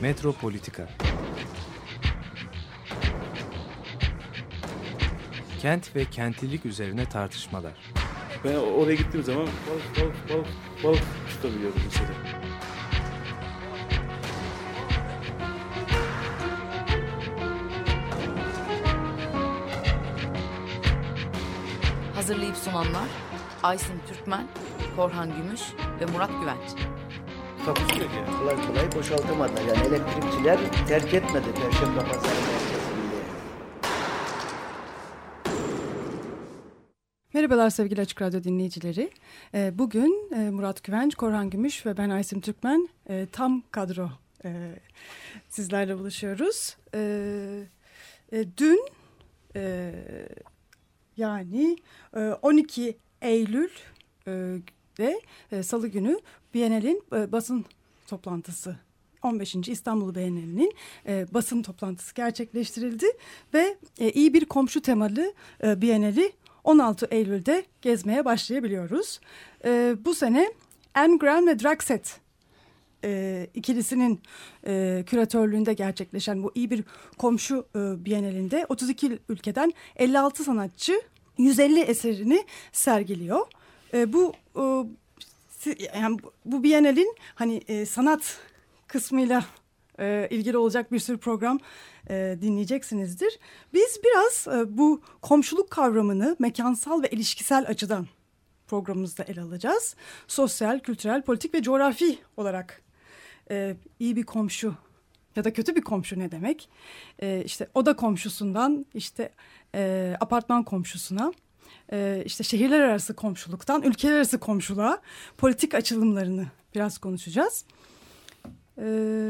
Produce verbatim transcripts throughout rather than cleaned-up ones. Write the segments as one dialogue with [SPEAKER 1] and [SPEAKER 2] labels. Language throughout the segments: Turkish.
[SPEAKER 1] Metropolitika. Kent ve kentlilik üzerine tartışmalar.
[SPEAKER 2] Ben oraya gittiğim zaman balık balık balık balık tutabiliyorum mesela.
[SPEAKER 3] Hazırlayıp sunanlar Aysim Türkmen, Korhan Gümüş ve Murat Güvenç.
[SPEAKER 2] Takusuyor yani.
[SPEAKER 4] Kolay kolay boşaltamadılar. Yani elektrikçiler terk etmedi Perşembe Pazarı merkezini.
[SPEAKER 5] Merhabalar sevgili Açık Radyo dinleyicileri. Bugün Murat Güvenç, Korhan Gümüş ve ben Aysim Türkmen tam kadro sizlerle buluşuyoruz. Dün yani on iki Eylül'de Salı günü Biennial'in basın toplantısı, on beşinci İstanbul Biennial'inin basın toplantısı gerçekleştirildi ve iyi bir komşu temalı Biennial'i on altı Eylül'de gezmeye başlayabiliyoruz. Ee, bu sene Anne Graham ve Draxet e, ikilisinin e, küratörlüğünde gerçekleşen bu iyi bir komşu e, Biennial'inde otuz iki ülkeden elli altı sanatçı yüz elli eserini sergiliyor. E, bu e, yani bu Biennial'in hani e, sanat kısmıyla e, ilgili olacak bir sürü program E, dinleyeceksinizdir. Biz biraz e, bu komşuluk kavramını mekansal ve ilişkisel açıdan programımızda ele alacağız. Sosyal, kültürel, politik ve coğrafi olarak e, iyi bir komşu ya da kötü bir komşu ne demek? E, işte oda komşusundan işte e, apartman komşusuna, e, işte şehirler arası komşuluktan ülkeler arası komşuluğa politik açılımlarını biraz konuşacağız. E,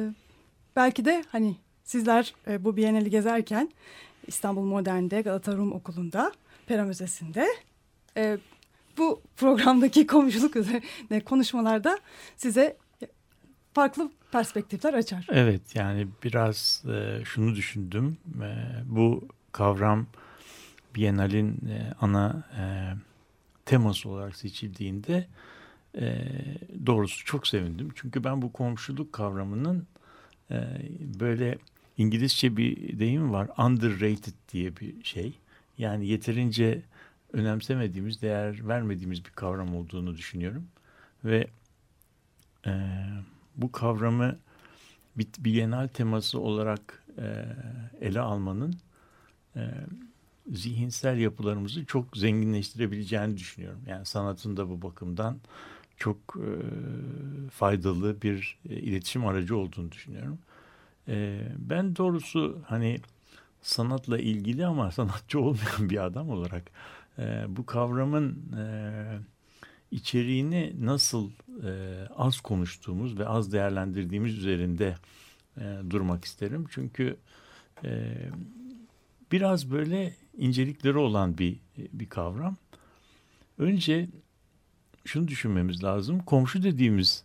[SPEAKER 5] belki de hani sizler e, bu Biennial'i gezerken İstanbul Modern'de, Galata Rum Okulu'nda, Pera Müzesi'nde e, bu programdaki komşuluk üzerine konuşmalarda size farklı perspektifler açar.
[SPEAKER 6] Evet, yani biraz e, şunu düşündüm. E, bu kavram Biennial'in e, ana e, teması olarak seçildiğinde e, doğrusu çok sevindim. Çünkü ben bu komşuluk kavramının e, böyle İngilizce bir deyim var, underrated diye bir şey. Yani yeterince önemsemediğimiz, değer vermediğimiz bir kavram olduğunu düşünüyorum. Ve e, bu kavramı bir Biennial teması olarak e, ele almanın e, zihinsel yapılarımızı çok zenginleştirebileceğini düşünüyorum. Yani sanatın da bu bakımdan çok e, faydalı bir e, iletişim aracı olduğunu düşünüyorum. Ben doğrusu hani sanatla ilgili ama sanatçı olmayan bir adam olarak bu kavramın içeriğini nasıl az konuştuğumuz ve az değerlendirdiğimiz üzerinde durmak isterim. Çünkü biraz böyle incelikleri olan bir bir kavram. Önce şunu düşünmemiz lazım. Komşu dediğimiz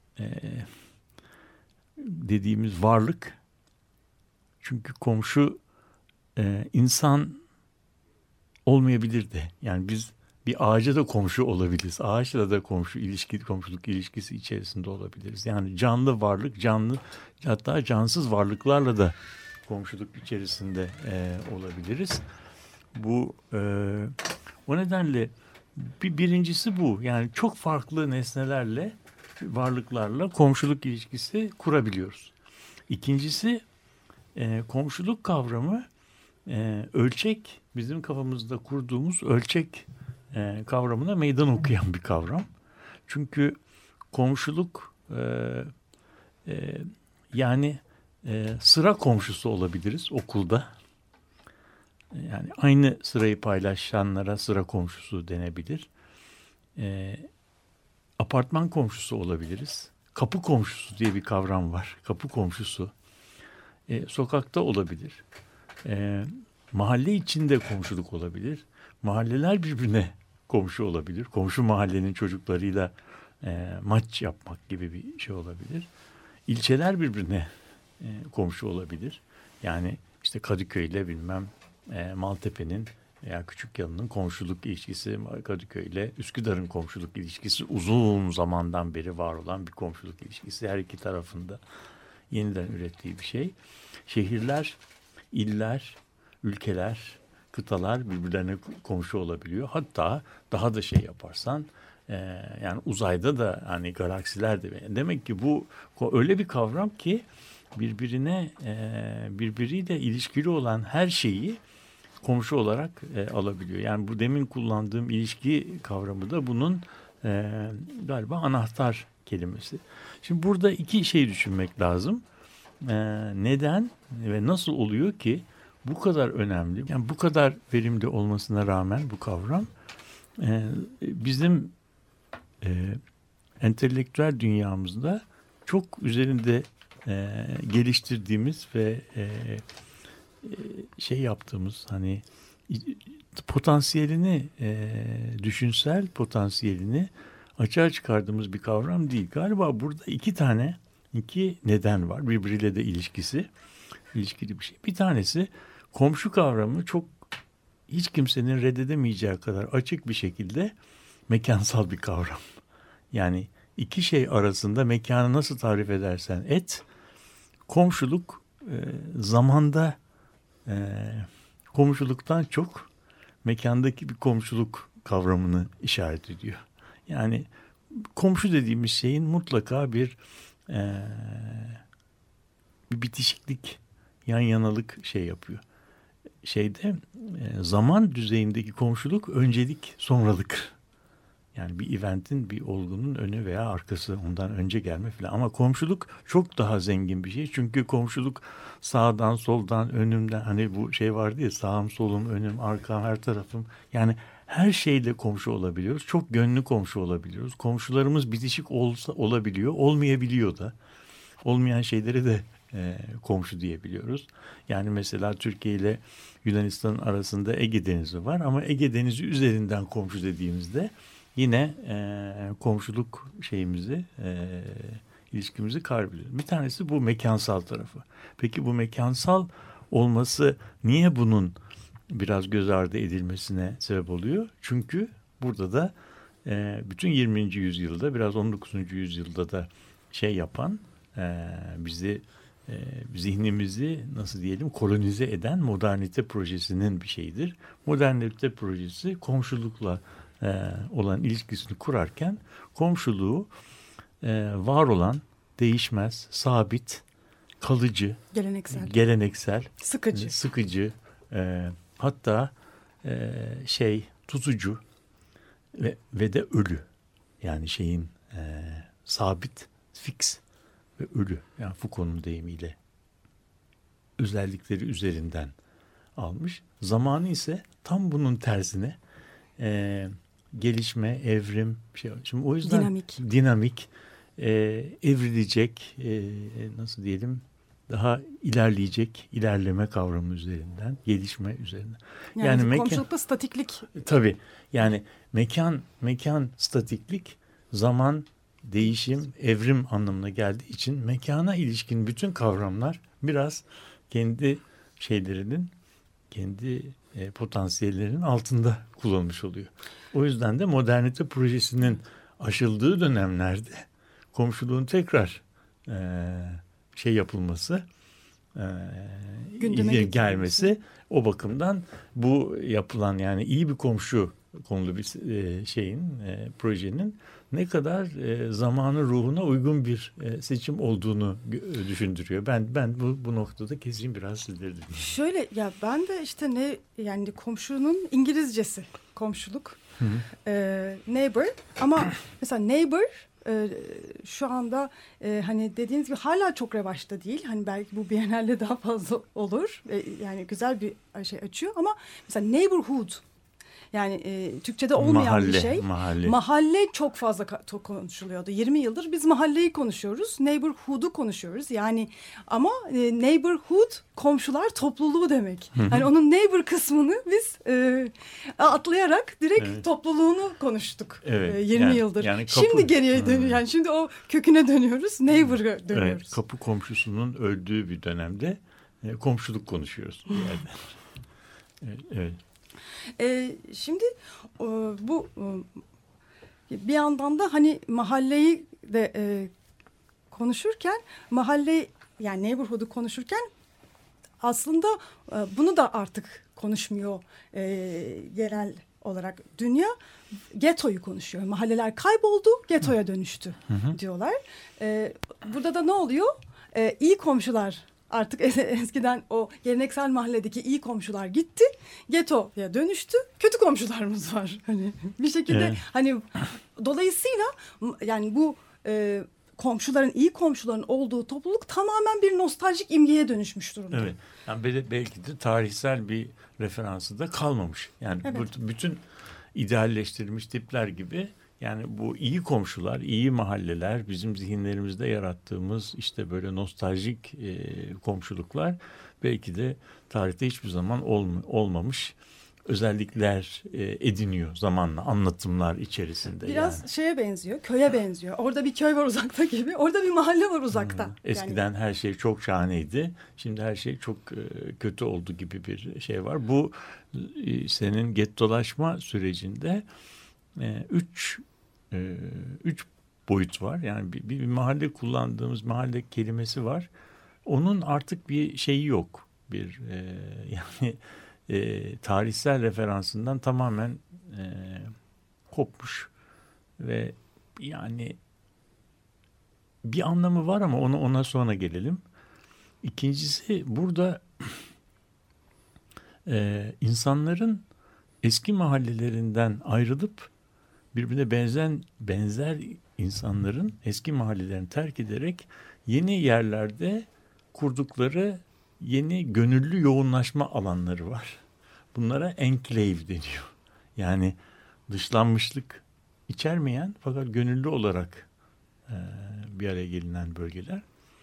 [SPEAKER 6] dediğimiz varlık, çünkü komşu e, insan olmayabilir de, yani biz bir ağaca da komşu olabiliriz, ağaçla da komşu ilişki, komşuluk ilişkisi içerisinde olabiliriz. Yani canlı varlık, canlı, hatta cansız varlıklarla da komşuluk içerisinde e, olabiliriz. Bu e, o nedenle bir birincisi bu, yani çok farklı nesnelerle, varlıklarla komşuluk ilişkisi kurabiliyoruz. İkincisi e, komşuluk kavramı e, ölçek, bizim kafamızda kurduğumuz ölçek e, kavramına meydan okuyan bir kavram. Çünkü komşuluk e, e, yani e, sıra komşusu olabiliriz okulda. Yani aynı sırayı paylaşanlara sıra komşusu denebilir. E, Apartman komşusu olabiliriz. Kapı komşusu diye bir kavram var. Kapı komşusu. E, sokakta olabilir. E, mahalle içinde komşuluk olabilir. Mahalleler birbirine komşu olabilir. Komşu mahallenin çocuklarıyla e, maç yapmak gibi bir şey olabilir. İlçeler birbirine e, komşu olabilir. Yani işte Kadıköy ile bilmem e, Maltepe'nin veya Küçükyalı'nın komşuluk ilişkisi, Kadıköy ile Üsküdar'ın komşuluk ilişkisi uzun zamandan beri var olan bir komşuluk ilişkisi. Her iki tarafında yeniden ürettiği bir şey. Şehirler, iller, ülkeler, kıtalar birbirlerine komşu olabiliyor. Hatta daha da şey yaparsan e, yani uzayda da hani galaksiler de demek ki bu öyle bir kavram ki birbirine e, birbiriyle ilişkili olan her şeyi komşu olarak e, alabiliyor. Yani bu demin kullandığım ilişki kavramı da bunun e, galiba anahtar kelimesi. Şimdi burada iki şey düşünmek lazım. E, neden ve nasıl oluyor ki bu kadar önemli, yani bu kadar verimli olmasına rağmen bu kavram e, bizim e, entelektüel dünyamızda çok üzerinde e, geliştirdiğimiz ve e, e, şey yaptığımız hani potansiyelini e, düşünsel potansiyelini açığa çıkardığımız bir kavram değil. Galiba burada iki tane iki neden var birbiriyle de ilişkisi ilişkili bir şey. Bir tanesi komşu kavramı çok hiç kimsenin reddedemeyeceği kadar açık bir şekilde mekansal bir kavram. Yani iki şey arasında mekanı nasıl tarif edersen et, komşuluk e, zamanda e, komşuluktan çok mekandaki bir komşuluk kavramını işaret ediyor. Yani komşu dediğimiz şeyin mutlaka bir e, bir bitişiklik, yan yanalık şey yapıyor. Şeyde e, zaman düzeyindeki komşuluk öncelik, sonralık. Yani bir eventin, bir olgunun önü veya arkası, ondan önce gelme falan. Ama komşuluk çok daha zengin bir şey. Çünkü komşuluk sağdan, soldan, önümden, hani bu şey vardı ya, sağım, solum, önüm, arkam, her tarafım. Yani her şeyle komşu olabiliyoruz. Çok gönlü komşu olabiliyoruz. Komşularımız bitişik olsa olabiliyor, olmayabiliyor da. Olmayan şeyleri de e, komşu diyebiliyoruz. Yani mesela Türkiye ile Yunanistan arasında Ege Denizi var ama Ege Denizi üzerinden komşu dediğimizde yine e, komşuluk şeyimizi, e, ilişkimizi kaybediyoruz. Bir tanesi bu mekansal tarafı. Peki bu mekansal olması niye bunun biraz göz ardı edilmesine sebep oluyor? Çünkü burada da e, bütün yirminci yüzyılda, biraz on dokuzuncu yüzyılda da şey yapan, e, bizi e, zihnimizi nasıl diyelim kolonize eden modernite projesinin bir şeyidir. Modernite projesi komşulukla e, olan ilişkisini kurarken komşuluğu e, var olan, değişmez, sabit, kalıcı,
[SPEAKER 5] Geleneksel,
[SPEAKER 6] geleneksel,
[SPEAKER 5] sıkıcı,
[SPEAKER 6] sıkıcı, e, hatta e, şey tutucu ve, ve de ölü. Yani şeyin e, sabit, fix ve ölü. Yani Foucault'un deyimiyle özellikleri üzerinden almış. Zamanı ise tam bunun tersine e, gelişme, evrim, şey. Şimdi o yüzden
[SPEAKER 5] dinamik,
[SPEAKER 6] dinamik e, evrilecek, e, nasıl diyelim, daha ilerleyecek, ilerleme kavramı üzerinden, gelişme üzerinden.
[SPEAKER 5] Yani,
[SPEAKER 6] yani
[SPEAKER 5] yani
[SPEAKER 6] mekan,
[SPEAKER 5] komşulukta statiklik.
[SPEAKER 6] Tabii. Yani mekan, mekan statiklik, zaman, değişim, evrim anlamına geldiği için mekana ilişkin bütün kavramlar biraz kendi şeylerinin, kendi e, potansiyellerinin altında kullanılmış oluyor. O yüzden de modernite projesinin aşıldığı dönemlerde komşuluğun tekrar e, şey yapılması, e,
[SPEAKER 5] gündeme
[SPEAKER 6] gelmesi, o bakımdan bu yapılan, yani iyi bir komşu konulu bir e, şeyin, e, projenin ne kadar e, zamanın ruhuna uygun bir e, seçim olduğunu gö- düşündürüyor. Ben ben bu bu noktada kesin biraz sizleri dinliyorum.
[SPEAKER 5] Şöyle ya, ben de işte ne yani komşunun İngilizcesi komşuluk,
[SPEAKER 6] Hı hı.
[SPEAKER 5] e, neighbor, ama mesela neighbor e, şu anda e, hani dediğiniz gibi hala çok revaçta değil. Hani belki bu Biennale'de daha fazla olur. E, yani güzel bir şey açıyor ama mesela neighborhood, yani e, Türkçe'de olmayan
[SPEAKER 6] mahalle,
[SPEAKER 5] bir şey.
[SPEAKER 6] Mahalle.
[SPEAKER 5] Mahalle çok fazla ka- konuşuluyordu. yirmi yıldır biz mahalleyi konuşuyoruz. Neighborhood'u konuşuyoruz. Yani ama e, neighborhood komşular topluluğu demek. Hani onun neighbor kısmını biz e, atlayarak direkt
[SPEAKER 6] Evet.
[SPEAKER 5] topluluğunu konuştuk.
[SPEAKER 6] Evet,
[SPEAKER 5] E, yirmi
[SPEAKER 6] yani-
[SPEAKER 5] yıldır.
[SPEAKER 6] yani kapı-
[SPEAKER 5] Şimdi geriye dönüyoruz.
[SPEAKER 6] Hmm.
[SPEAKER 5] Yani şimdi o köküne dönüyoruz. Neighbor'a dönüyoruz.
[SPEAKER 6] Evet, kapı komşusunun öldüğü bir dönemde e, komşuluk konuşuyoruz. Yani. evet, evet.
[SPEAKER 5] Ee, şimdi e, bu e, bir yandan da hani mahalleyi de e, konuşurken mahalle yani neighborhood'u konuşurken aslında e, bunu da artık konuşmuyor e, yerel olarak dünya. Gettoyu konuşuyor. Mahalleler kayboldu, gettoya dönüştü hı hı. diyorlar. E, burada da ne oluyor? E, iyi komşular artık eskiden o geleneksel mahalledeki iyi komşular gitti. Gettoya dönüştü. Kötü komşularımız var. Hani bir şekilde evet. hani dolayısıyla yani bu e, komşuların, iyi komşuların olduğu topluluk tamamen bir nostaljik imgeye dönüşmüş durumda.
[SPEAKER 6] Evet. Yani belki de tarihsel bir referansı da kalmamış. Yani evet. bu, bütün idealleştirilmiş tipler gibi, yani bu iyi komşular, iyi mahalleler, bizim zihinlerimizde yarattığımız işte böyle nostaljik e, komşuluklar belki de tarihte hiçbir zaman olm- olmamış özellikler e, ediniyor zamanla, anlatımlar içerisinde.
[SPEAKER 5] Biraz
[SPEAKER 6] yani.
[SPEAKER 5] şeye benziyor, köye benziyor. Orada bir köy var uzakta gibi, orada bir mahalle var uzakta. Hmm.
[SPEAKER 6] Eskiden yani. Her şey çok şahaneydi, şimdi her şey çok e, kötü oldu gibi bir şey var. Bu e, senin gettolaşma sürecinde e, üç e, üç boyut var. Yani bir, bir mahalle, kullandığımız mahalle kelimesi var. Onun artık bir şeyi yok. Bir e, yani E, tarihsel referansından tamamen e, kopmuş ve yani bir anlamı var ama onu ona sonra gelelim. İkincisi, burada e, insanların eski mahallelerinden ayrılıp birbirine benzer benzer insanların eski mahallelerini terk ederek yeni yerlerde kurdukları yeni gönüllü yoğunlaşma alanları var. Bunlara enclave deniyor. Yani dışlanmışlık içermeyen fakat gönüllü olarak e, bir araya gelinen bölgeler.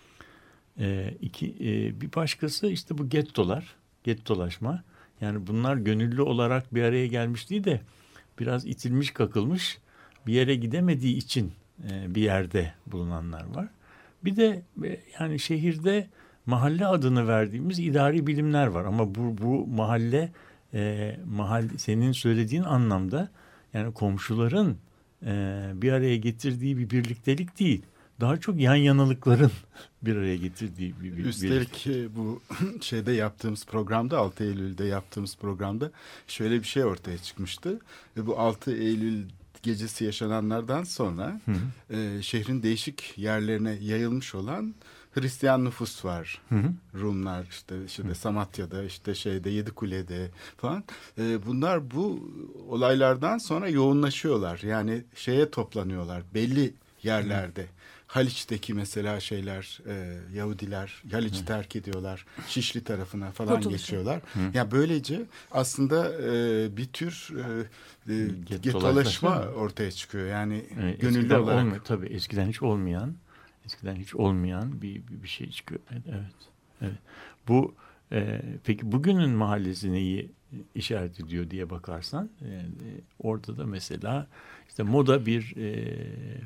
[SPEAKER 6] E, iki, e, bir başkası işte bu gettolar, gettolaşma. Yani bunlar gönüllü olarak bir araya gelmiş değil de biraz itilmiş kakılmış, bir yere gidemediği için e, bir yerde bulunanlar var. Bir de e, yani şehirde mahalle adını verdiğimiz idari bilimler var ama bu bu mahalle e, mahalle senin söylediğin anlamda yani komşuların e, bir araya getirdiği bir birliktelik değil. Daha çok yan yanalıkların bir araya getirdiği bir, bir
[SPEAKER 7] Üstelik
[SPEAKER 6] birliktelik.
[SPEAKER 7] Bu şeyde yaptığımız programda, altı Eylül'de yaptığımız programda şöyle bir şey ortaya çıkmıştı. Ve bu altı Eylül gecesi yaşananlardan sonra hı hı. E, şehrin değişik yerlerine yayılmış olan Hristiyan nüfus var. Hı hı. Rumlar işte, işte Samatya'da, işte şeyde Yedikule'de falan. Ee, bunlar bu olaylardan sonra yoğunlaşıyorlar. Yani şeye toplanıyorlar belli yerlerde. Hı. Haliç'teki mesela şeyler, e, Yahudiler Haliç'i terk ediyorlar. Şişli tarafına falan Kurtuluş. geçiyorlar. Hı. Yani böylece aslında e, bir tür e, e, gettolaşma ortaya çıkıyor. Yani
[SPEAKER 6] evet,
[SPEAKER 7] gönüllü olarak.
[SPEAKER 6] Olmuyor, tabii eskiden hiç olmayan Eskiden hiç olmayan bir bir şey çıkıyor. Evet, evet. Bu e, peki bugünün mahallesi neyi işaret ediyor diye bakarsan, e, orada da mesela işte moda bir e,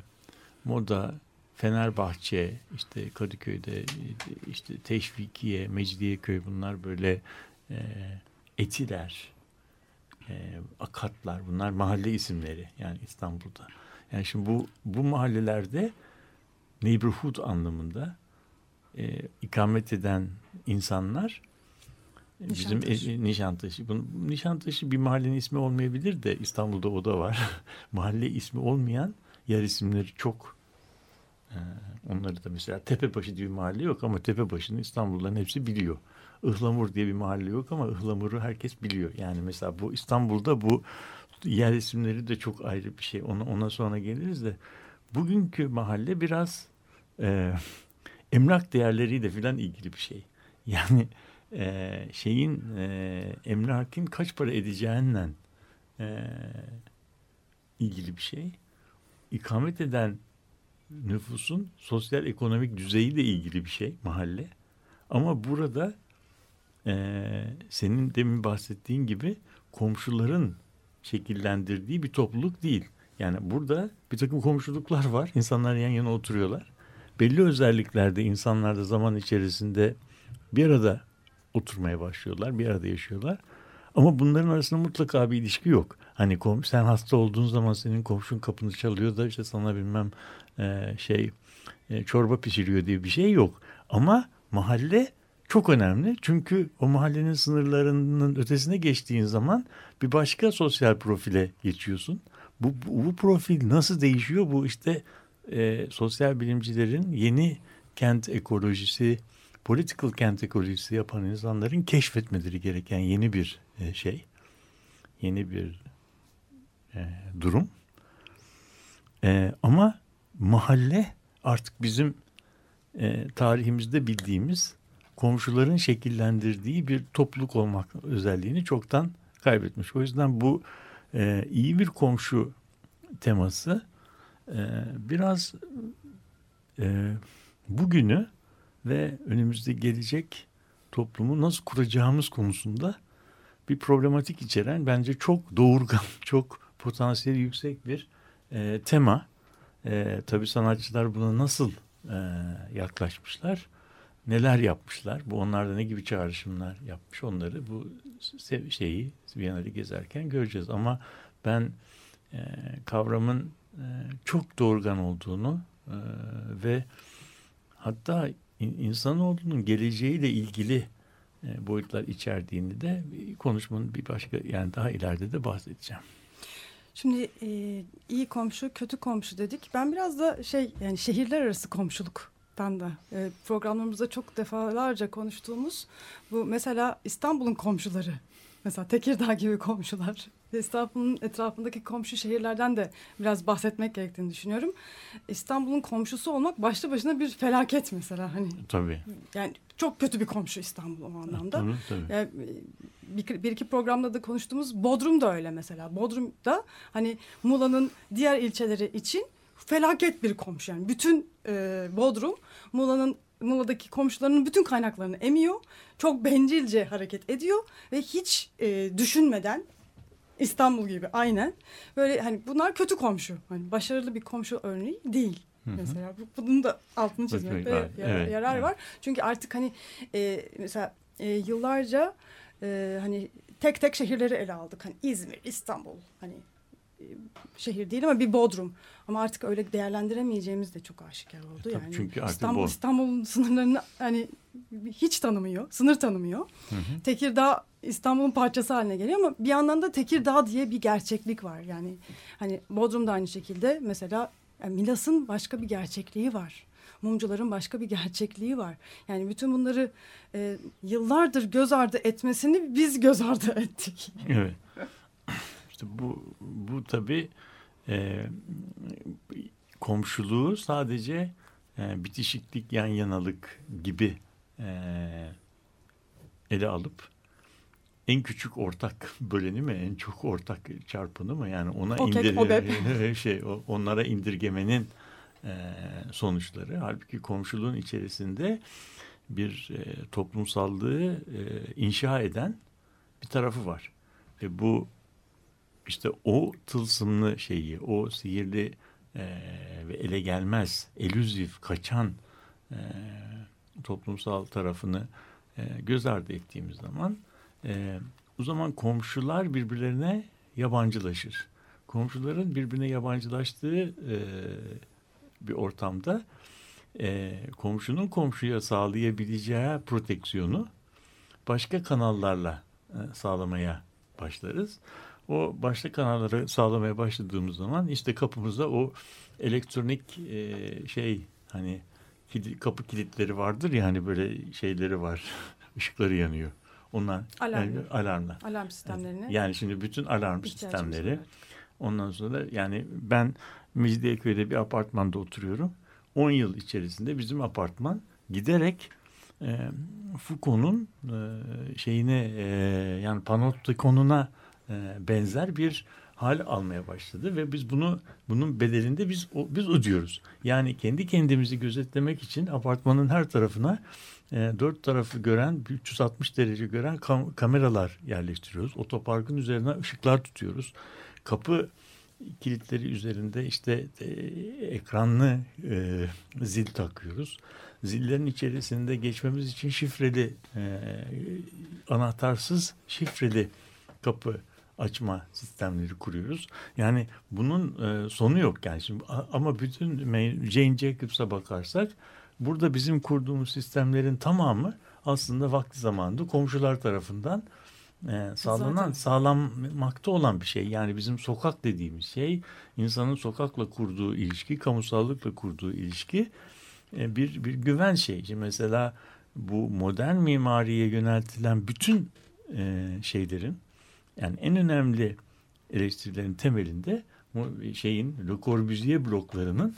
[SPEAKER 6] moda Fenerbahçe, işte Kadıköy'de işte Teşvikiye, Mecidiyeköy, bunlar böyle e, Etiler, e, Akatlar, bunlar mahalle isimleri yani İstanbul'da. Yani şimdi bu bu mahallelerde neighborhood anlamında e, ikamet eden insanlar Nişantaşı. bizim e, Nişantaşı. Bunun, Nişantaşı bir mahallenin ismi olmayabilir de İstanbul'da o da var. Mahalle ismi olmayan yer isimleri çok. E, onları da mesela Tepebaşı diye bir mahalle yok ama Tepebaşı'nı İstanbulluların hepsi biliyor. Ihlamur diye bir mahalle yok ama Ihlamur'u herkes biliyor. Yani mesela bu İstanbul'da bu yer isimleri de çok ayrı bir şey. Ona, ona sonra geliriz de bugünkü mahalle biraz e, emlak değerleriyle filan ilgili bir şey. Yani e, şeyin e, emlakın kaç para edeceğiyle e, ilgili bir şey. İkamet eden nüfusun sosyal ekonomik düzeyiyle ilgili bir şey mahalle. Ama burada e, senin demin bahsettiğin gibi komşuların şekillendirdiği bir topluluk değil. Yani burada bir takım komşuluklar var. İnsanlar yan yana oturuyorlar. Belli özelliklerde insanlar da zaman içerisinde bir arada oturmaya başlıyorlar. Bir arada yaşıyorlar. Ama bunların arasında mutlaka bir ilişki yok. Hani kom- sen hasta olduğun zaman senin komşun kapını çalıyor da işte sana bilmem e, şey e, çorba pişiriyor diye bir şey yok. Ama mahalle çok önemli. Çünkü o mahallenin sınırlarının ötesine geçtiğin zaman bir başka sosyal profile geçiyorsun. Bu, bu, bu profil nasıl değişiyor? Bu işte e, sosyal bilimcilerin yeni kent ekolojisi, political kent ekolojisi yapan insanların keşfetmeleri gereken yeni bir e, şey. Yeni bir e, durum. E, ama mahalle artık bizim e, tarihimizde bildiğimiz komşuların şekillendirdiği bir topluluk olmak özelliğini çoktan kaybetmiş. O yüzden bu e, iyi bir komşu teması e, biraz e, bugünü ve önümüzde gelecek toplumu nasıl kuracağımız konusunda bir problematik içeren, bence çok doğurgan, çok potansiyeli yüksek bir e, tema. E, tabii sanatçılar buna nasıl e, yaklaşmışlar, neler yapmışlar, bu onlarda ne gibi çağrışımlar yapmış, onları bu şeyi Viyana'yı gezerken göreceğiz. Ama ben e, kavramın e, çok doğurgan olduğunu e, ve hatta insanoğlunun geleceğiyle ilgili e, boyutlar içerdiğini de konuşmanın bir başka, yani daha ileride de bahsedeceğim.
[SPEAKER 5] Şimdi e, iyi komşu, kötü komşu dedik. Ben biraz da şey, yani şehirler arası komşuluktan da e, programlarımızda çok defalarca konuştuğumuz bu, mesela İstanbul'un komşuları, mesela Tekirdağ gibi komşular, İstanbul'un etrafındaki komşu şehirlerden de biraz bahsetmek gerektiğini düşünüyorum. İstanbul'un komşusu olmak başlı başına bir felaket mesela, hani.
[SPEAKER 6] Tabii.
[SPEAKER 5] Yani çok kötü bir komşu İstanbul o anlamda.
[SPEAKER 6] Tabii, tabii.
[SPEAKER 5] Yani bir, bir iki programda da konuştuğumuz Bodrum da öyle mesela. Bodrum'da hani Muğla'nın diğer ilçeleri için felaket bir komşu. Yani bütün e, Bodrum Muğla'nın Muğla'daki komşularının bütün kaynaklarını emiyor. Çok bencilce hareket ediyor ve hiç e, düşünmeden, İstanbul gibi aynen böyle, hani bunlar kötü komşu. Hani başarılı bir komşu örneği değil. Hı hı. Mesela bunun da altını çizmekte yarar,
[SPEAKER 6] evet,
[SPEAKER 5] yarar
[SPEAKER 6] evet.
[SPEAKER 5] var. Çünkü artık hani e, mesela e, yıllarca e, hani tek tek şehirleri ele aldık. Hani İzmir, İstanbul, hani e, şehir değil ama bir Bodrum. Ama artık öyle değerlendiremeyeceğimiz de çok aşikar oldu.
[SPEAKER 6] Tabii,
[SPEAKER 5] yani
[SPEAKER 6] çünkü artık
[SPEAKER 5] İstanbul
[SPEAKER 6] bu...
[SPEAKER 5] İstanbul'un sınırlarını hani hiç tanımıyor, sınır tanımıyor. Hı hı. Tekirdağ İstanbul'un parçası haline geliyor ama bir yandan da Tekirdağ diye bir gerçeklik var. Yani hani Bodrum'da aynı şekilde mesela, yani Milas'ın başka bir gerçekliği var. Mumcuların başka bir gerçekliği var. Yani bütün bunları e, yıllardır göz ardı etmesini biz göz ardı ettik.
[SPEAKER 6] Evet. İşte bu bu tabii e, komşuluğu sadece e, bitişiklik, yan yanalık gibi e, ele alıp en küçük ortak böleni mi, en çok ortak çarpanı mı, yani ona indir şey onlara indirgemenin e, sonuçları. Halbuki komşuluğun içerisinde bir e, toplumsallığı e, inşa eden bir tarafı var. Ve bu işte o tılsımlı şeyi, o sihirli e, ve ele gelmez, elüzif, kaçan e, toplumsal tarafını e, göz ardı ettiğimiz zaman e, o zaman komşular birbirlerine yabancılaşır. Komşuların birbirine yabancılaştığı e, bir ortamda e, komşunun komşuya sağlayabileceği proteksiyonu başka kanallarla e, sağlamaya başlarız. O başka kanalları sağlamaya başladığımız zaman işte kapımızda o elektronik e, şey, hani kilit, kapı kilitleri vardır ya, hani böyle şeyleri var, ışıkları yanıyor. Onlar
[SPEAKER 5] alarm,
[SPEAKER 6] yani, alarmlar.
[SPEAKER 5] Alarm sistemlerini.
[SPEAKER 6] Yani şimdi bütün alarm sistemleri. Ondan sonra yani ben Mecidiyeköy'de bir apartmanda oturuyorum. on yıl içerisinde bizim apartman giderek e, Foucault'un e, şeyine e, yani panoptikonuna e, benzer bir hal almaya başladı ve biz bunu bunun bedelinde biz o, biz ödüyoruz. Yani kendi kendimizi gözetlemek için apartmanın her tarafına e, dört tarafı gören, üç yüz altmış derece gören kam- kameralar yerleştiriyoruz. Otoparkın üzerine ışıklar tutuyoruz. Kapı kilitleri üzerinde işte e, ekranlı e, zil takıyoruz. Zillerin içerisinde geçmemiz için şifreli, e, anahtarsız şifreli kapı açma sistemleri kuruyoruz. Yani bunun e, sonu yok yani. Şimdi, ama bütün Jane Jacobs'a bakarsak burada bizim kurduğumuz sistemlerin tamamı aslında vakti zamanında komşular tarafından e, sağlanan,
[SPEAKER 5] Zaten.
[SPEAKER 6] sağlanmakta olan bir şey. Yani bizim sokak dediğimiz şey, insanın sokakla kurduğu ilişki, kamusallıkla kurduğu ilişki e, bir bir güven şeyi. Şimdi mesela bu modern mimariye yöneltilen bütün e, şeylerin, yani en önemli eleştirilerin temelinde bu şeyin, Le Corbusier bloklarının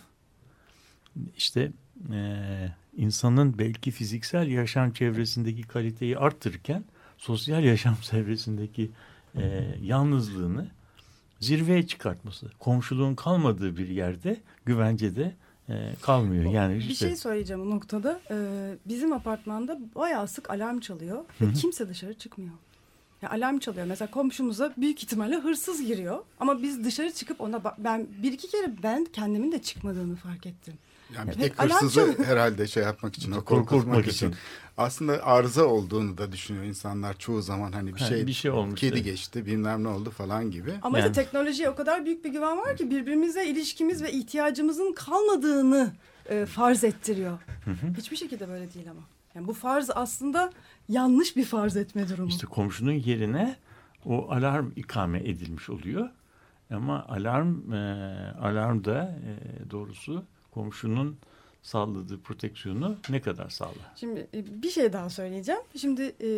[SPEAKER 6] işte e, insanın belki fiziksel yaşam çevresindeki kaliteyi arttırırken sosyal yaşam çevresindeki e, yalnızlığını zirveye çıkartması. Komşuluğun kalmadığı bir yerde güvencede e, kalmıyor. Yani
[SPEAKER 5] Bir
[SPEAKER 6] işte,
[SPEAKER 5] şey söyleyeceğim o noktada. Ee, bizim apartmanda bayağı sık alarm çalıyor ve
[SPEAKER 6] Hı-hı.
[SPEAKER 5] kimse dışarı çıkmıyor. Ya alarm çalıyor. Mesela komşumuza büyük ihtimalle hırsız giriyor. Ama biz dışarı çıkıp ona ba- ben bir iki kere ben kendimin de çıkmadığını fark ettim.
[SPEAKER 7] Yani bir
[SPEAKER 5] Ve
[SPEAKER 7] tek
[SPEAKER 5] alarm
[SPEAKER 7] hırsızı
[SPEAKER 5] çalıyor.
[SPEAKER 7] herhalde şey yapmak için, o
[SPEAKER 6] Korkutmak
[SPEAKER 7] korkutmak
[SPEAKER 6] için.
[SPEAKER 7] için. Aslında arıza olduğunu da düşünüyor insanlar çoğu zaman, hani bir
[SPEAKER 6] Ha,
[SPEAKER 7] şey,
[SPEAKER 6] bir şey olmuş,
[SPEAKER 7] kedi
[SPEAKER 6] evet.
[SPEAKER 7] geçti, bilmem ne oldu falan gibi.
[SPEAKER 5] Ama
[SPEAKER 6] Yani-
[SPEAKER 5] işte teknolojiye o kadar büyük bir güven var ki birbirimize ilişkimiz ve ihtiyacımızın kalmadığını e, farz ettiriyor. Hiçbir şekilde böyle değil ama. Yani bu farz aslında yanlış bir farz etme durumu.
[SPEAKER 6] İşte komşunun yerine o alarm ikame edilmiş oluyor. Ama alarm e, alarm da e, doğrusu komşunun sağladığı proteksiyonu ne kadar sağlar?
[SPEAKER 5] Şimdi e, bir şey daha söyleyeceğim. Şimdi e,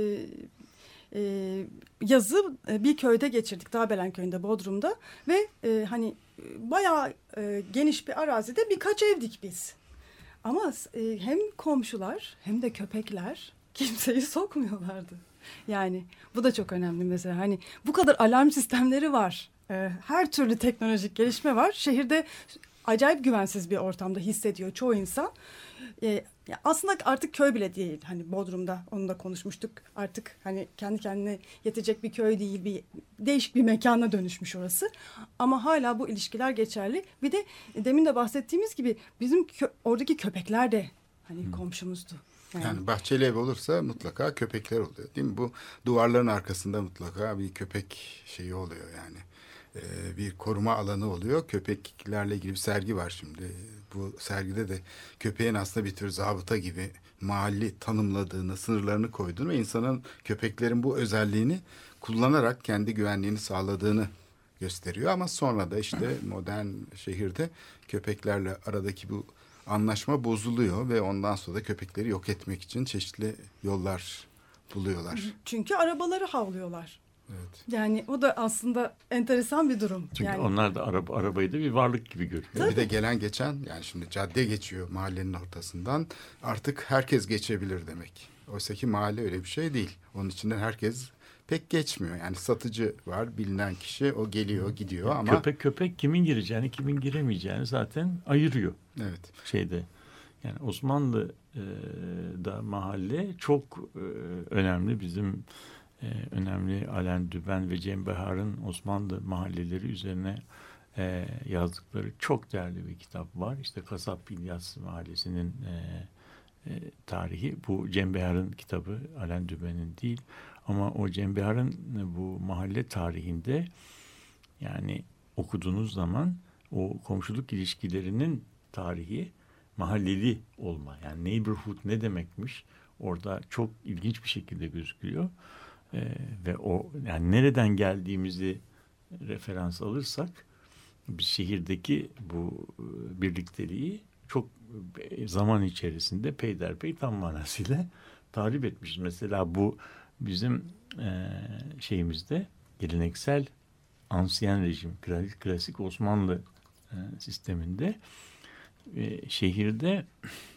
[SPEAKER 5] e, yazı e, bir köyde geçirdik. Dağbelen köyünde, Bodrum'da ve e, hani e, bayağı e, geniş bir arazide birkaç evdik biz. Ama e, hem komşular hem de köpekler kimseyi sokmuyorlardı. Yani bu da çok önemli mesela. Hani bu kadar alarm sistemleri var. E, her türlü teknolojik gelişme var. Şehirde acayip güvensiz bir ortamda hissediyor çoğu insan. E, ya aslında artık köy bile değil. Hani Bodrum'da onu da konuşmuştuk. Artık hani kendi kendine yetecek bir köy değil, bir değişik bir mekana dönüşmüş orası. Ama hala bu ilişkiler geçerli. Bir de demin de bahsettiğimiz gibi bizim kö- oradaki köpekler de hani komşumuzdu. Yani,
[SPEAKER 7] Yani bahçeli ev olursa mutlaka köpekler oluyor, değil mi? Bu duvarların arkasında mutlaka bir köpek şeyi oluyor yani. Ee, bir koruma alanı oluyor. Köpeklerle ilgili bir sergi var şimdi. Bu sergide de köpeğin aslında bir tür zabıta gibi mahalli tanımladığını, sınırlarını koyduğunu ve insanın, köpeklerin bu özelliğini kullanarak kendi güvenliğini sağladığını gösteriyor. Ama sonra da işte modern şehirde köpeklerle aradaki bu anlaşma bozuluyor ve ondan sonra da köpekleri yok etmek için çeşitli yollar buluyorlar.
[SPEAKER 5] çünkü arabaları havlıyorlar.
[SPEAKER 7] Evet.
[SPEAKER 5] Yani o da aslında enteresan bir durum.
[SPEAKER 6] Çünkü
[SPEAKER 5] yani,
[SPEAKER 6] onlar da araba, arabayı da bir varlık gibi görüyor.
[SPEAKER 7] Ve bir de gelen geçen, yani şimdi cadde geçiyor mahallenin ortasından, artık herkes geçebilir demek. Oysa ki mahalle öyle bir şey değil. Onun içinden herkes pek geçmiyor. Yani satıcı var, bilinen kişi, o geliyor gidiyor ama.
[SPEAKER 6] Köpek köpek kimin gireceğini, kimin giremeyeceğini zaten ayırıyor.
[SPEAKER 7] Evet.
[SPEAKER 6] Şeyde. Yani Osmanlı'da mahalle çok e, önemli. Bizim e, önemli Alain Düben ve Cem Behar'ın Osmanlı mahalleleri üzerine e, yazdıkları çok değerli bir kitap var. İşte Kasap İlyas Mahallesi'nin e, e, tarihi. Bu Cem Behar'ın kitabı, Alain Düben'in değil. Ama o Cem Behar'ın bu mahalle tarihinde, yani okuduğunuz zaman o komşuluk ilişkilerinin tarihi, mahalleli olma, yani neighborhood ne demekmiş orada çok ilginç bir şekilde gözüküyor. Ee, ve o, yani nereden geldiğimizi referans alırsak biz şehirdeki bu birlikteliği çok zaman içerisinde peyderpey tam manasıyla tarif etmişiz. Mesela bu bizim e, şeyimizde geleneksel ansiyen rejim, klasik Osmanlı e, sisteminde e, şehirde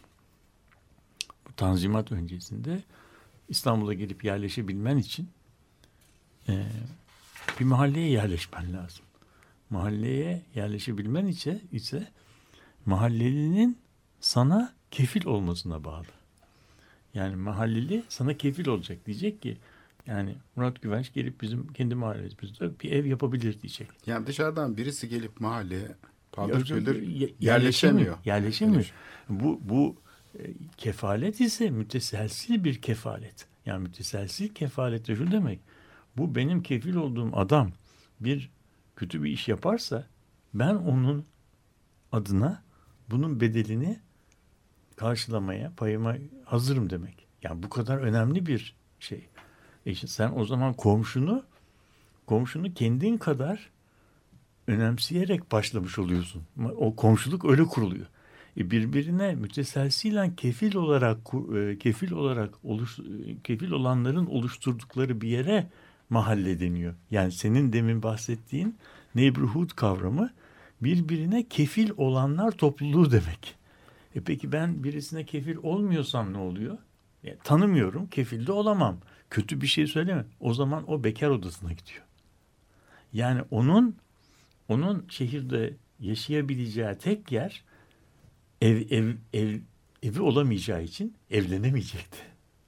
[SPEAKER 6] bu Tanzimat öncesinde İstanbul'a gelip yerleşebilmen için e, bir mahalleye yerleşmen lazım. Mahalleye yerleşebilmen ise, ise mahallelinin sana kefil olmasına bağlı. Yani mahalleli sana kefil olacak, diyecek ki yani Murat Güvenç gelip bizim kendi mahallemizde bir ev yapabilir diyecek.
[SPEAKER 7] Yani dışarıdan birisi gelip mahalleye paldır küldür
[SPEAKER 6] yerleşemiyor.
[SPEAKER 7] yerleşemiyor.
[SPEAKER 6] Yerleşemiyor. Bu, bu e, kefalet ise müteselsil bir kefalet. Yani müteselsil kefalet de şu demek. Bu benim kefil olduğum adam bir kötü bir iş yaparsa ben onun adına bunun bedelini karşılamaya, payıma hazırım demek. Yani bu kadar önemli bir şey. E işte sen o zaman komşunu komşunu kendin kadar önemseyerek başlamış oluyorsun. O komşuluk öyle kuruluyor. E birbirine müteselsilen kefil olarak kefil olarak oluş, kefil olanların oluşturdukları bir yere mahalle deniyor. Yani senin demin bahsettiğin neighborhood kavramı birbirine kefil olanlar topluluğu demek. E peki ben birisine kefil olmuyorsam ne oluyor? Yani tanımıyorum, kefil de olamam. Kötü bir şey söyleme. O zaman o bekar odasına gidiyor. Yani onun onun şehirde yaşayabileceği tek yer ev ev ev evi olamayacağı için evlenemeyecekti.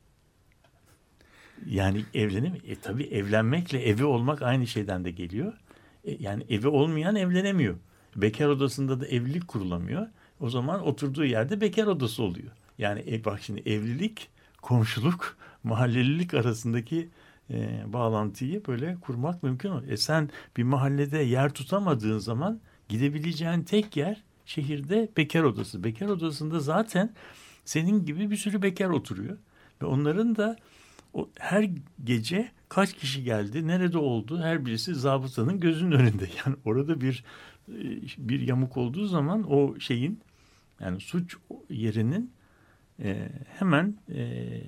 [SPEAKER 6] Yani evlenem e tabii evlenmekle evi olmak aynı şeyden de geliyor. E, yani evi olmayan evlenemiyor. Bekar odasında da evlilik kurulamıyor. O zaman oturduğu yerde bekar odası oluyor. Yani e, bak şimdi evlilik, komşuluk, mahallelilik arasındaki e, bağlantıyı böyle kurmak mümkün. E sen bir mahallede yer tutamadığın zaman gidebileceğin tek yer şehirde bekar odası. Bekar odasında zaten senin gibi bir sürü bekar oturuyor. Ve onların da o, her gece kaç kişi geldi, nerede oldu her birisi zabıtanın gözünün önünde. Yani orada bir bir yamuk olduğu zaman o şeyin yani suç yerinin e, hemen e,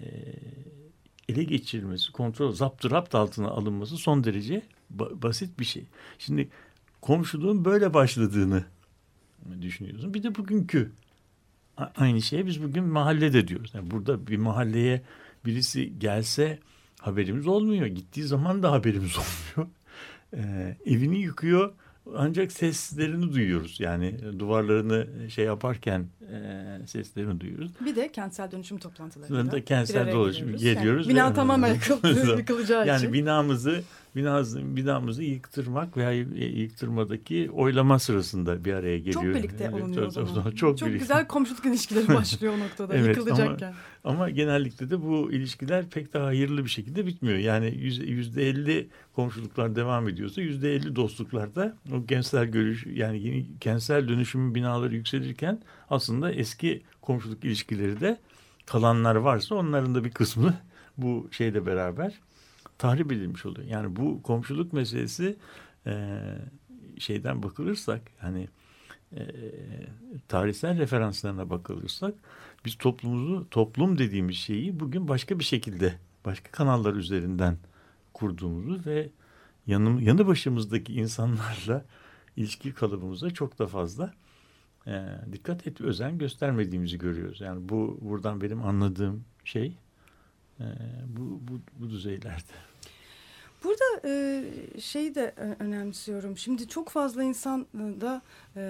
[SPEAKER 6] ele geçirilmesi, kontrol, zapturapt altına alınması son derece ba- basit bir şey. Şimdi komşuluğun böyle başladığını düşünüyorsun. Bir de bugünkü aynı şeye biz bugün mahallede diyoruz. Yani burada bir mahalleye birisi gelse haberimiz olmuyor. Gittiği zaman da haberimiz olmuyor. Ee, evini yıkıyor ancak seslerini duyuyoruz. Yani duvarlarını şey yaparken e, seslerini duyuyoruz.
[SPEAKER 5] Bir de kentsel dönüşüm toplantılarında.
[SPEAKER 6] Sonra kentsel dönüşüm geliyoruz.
[SPEAKER 5] Yani bina
[SPEAKER 6] ve,
[SPEAKER 5] tamamen yıkıldı, yıkılacağı
[SPEAKER 6] yani
[SPEAKER 5] için.
[SPEAKER 6] Yani binamızı binamızı, binamızı yıktırmak veya yıktırmadaki oylama sırasında bir araya geliyor.
[SPEAKER 5] Çok birlikte
[SPEAKER 6] evet,
[SPEAKER 5] olunuyor o zaman. Çok,
[SPEAKER 6] çok
[SPEAKER 5] çok
[SPEAKER 6] birlikte.
[SPEAKER 5] güzel komşuluk ilişkileri başlıyor o noktada
[SPEAKER 6] evet,
[SPEAKER 5] yıkılacakken.
[SPEAKER 6] Ama, ama genellikle de bu ilişkiler pek daha hayırlı bir şekilde bitmiyor. Yani yüzde elli komşuluklar devam ediyorsa yüzde elli dostluklarda o kentsel görüş yani yeni kentsel dönüşümün binaları yükselirken aslında eski komşuluk ilişkileri de kalanlar varsa onların da bir kısmı bu şeyle beraber tahrip edilmiş oluyor. Yani bu komşuluk meselesi e, şeyden bakılırsak hani e, tarihsel referanslarına bakılırsak biz toplumumuzu toplum dediğimiz şeyi bugün başka bir şekilde başka kanallar üzerinden kurduğumuzu ve yanı, yanı başımızdaki insanlarla ilişki kalıbımıza çok da fazla e, dikkat et, özen göstermediğimizi görüyoruz. Yani bu buradan benim anladığım şey e, bu, bu, bu düzeylerde.
[SPEAKER 5] Burada e, şeyi de önemsiyorum. Şimdi çok fazla insan da e,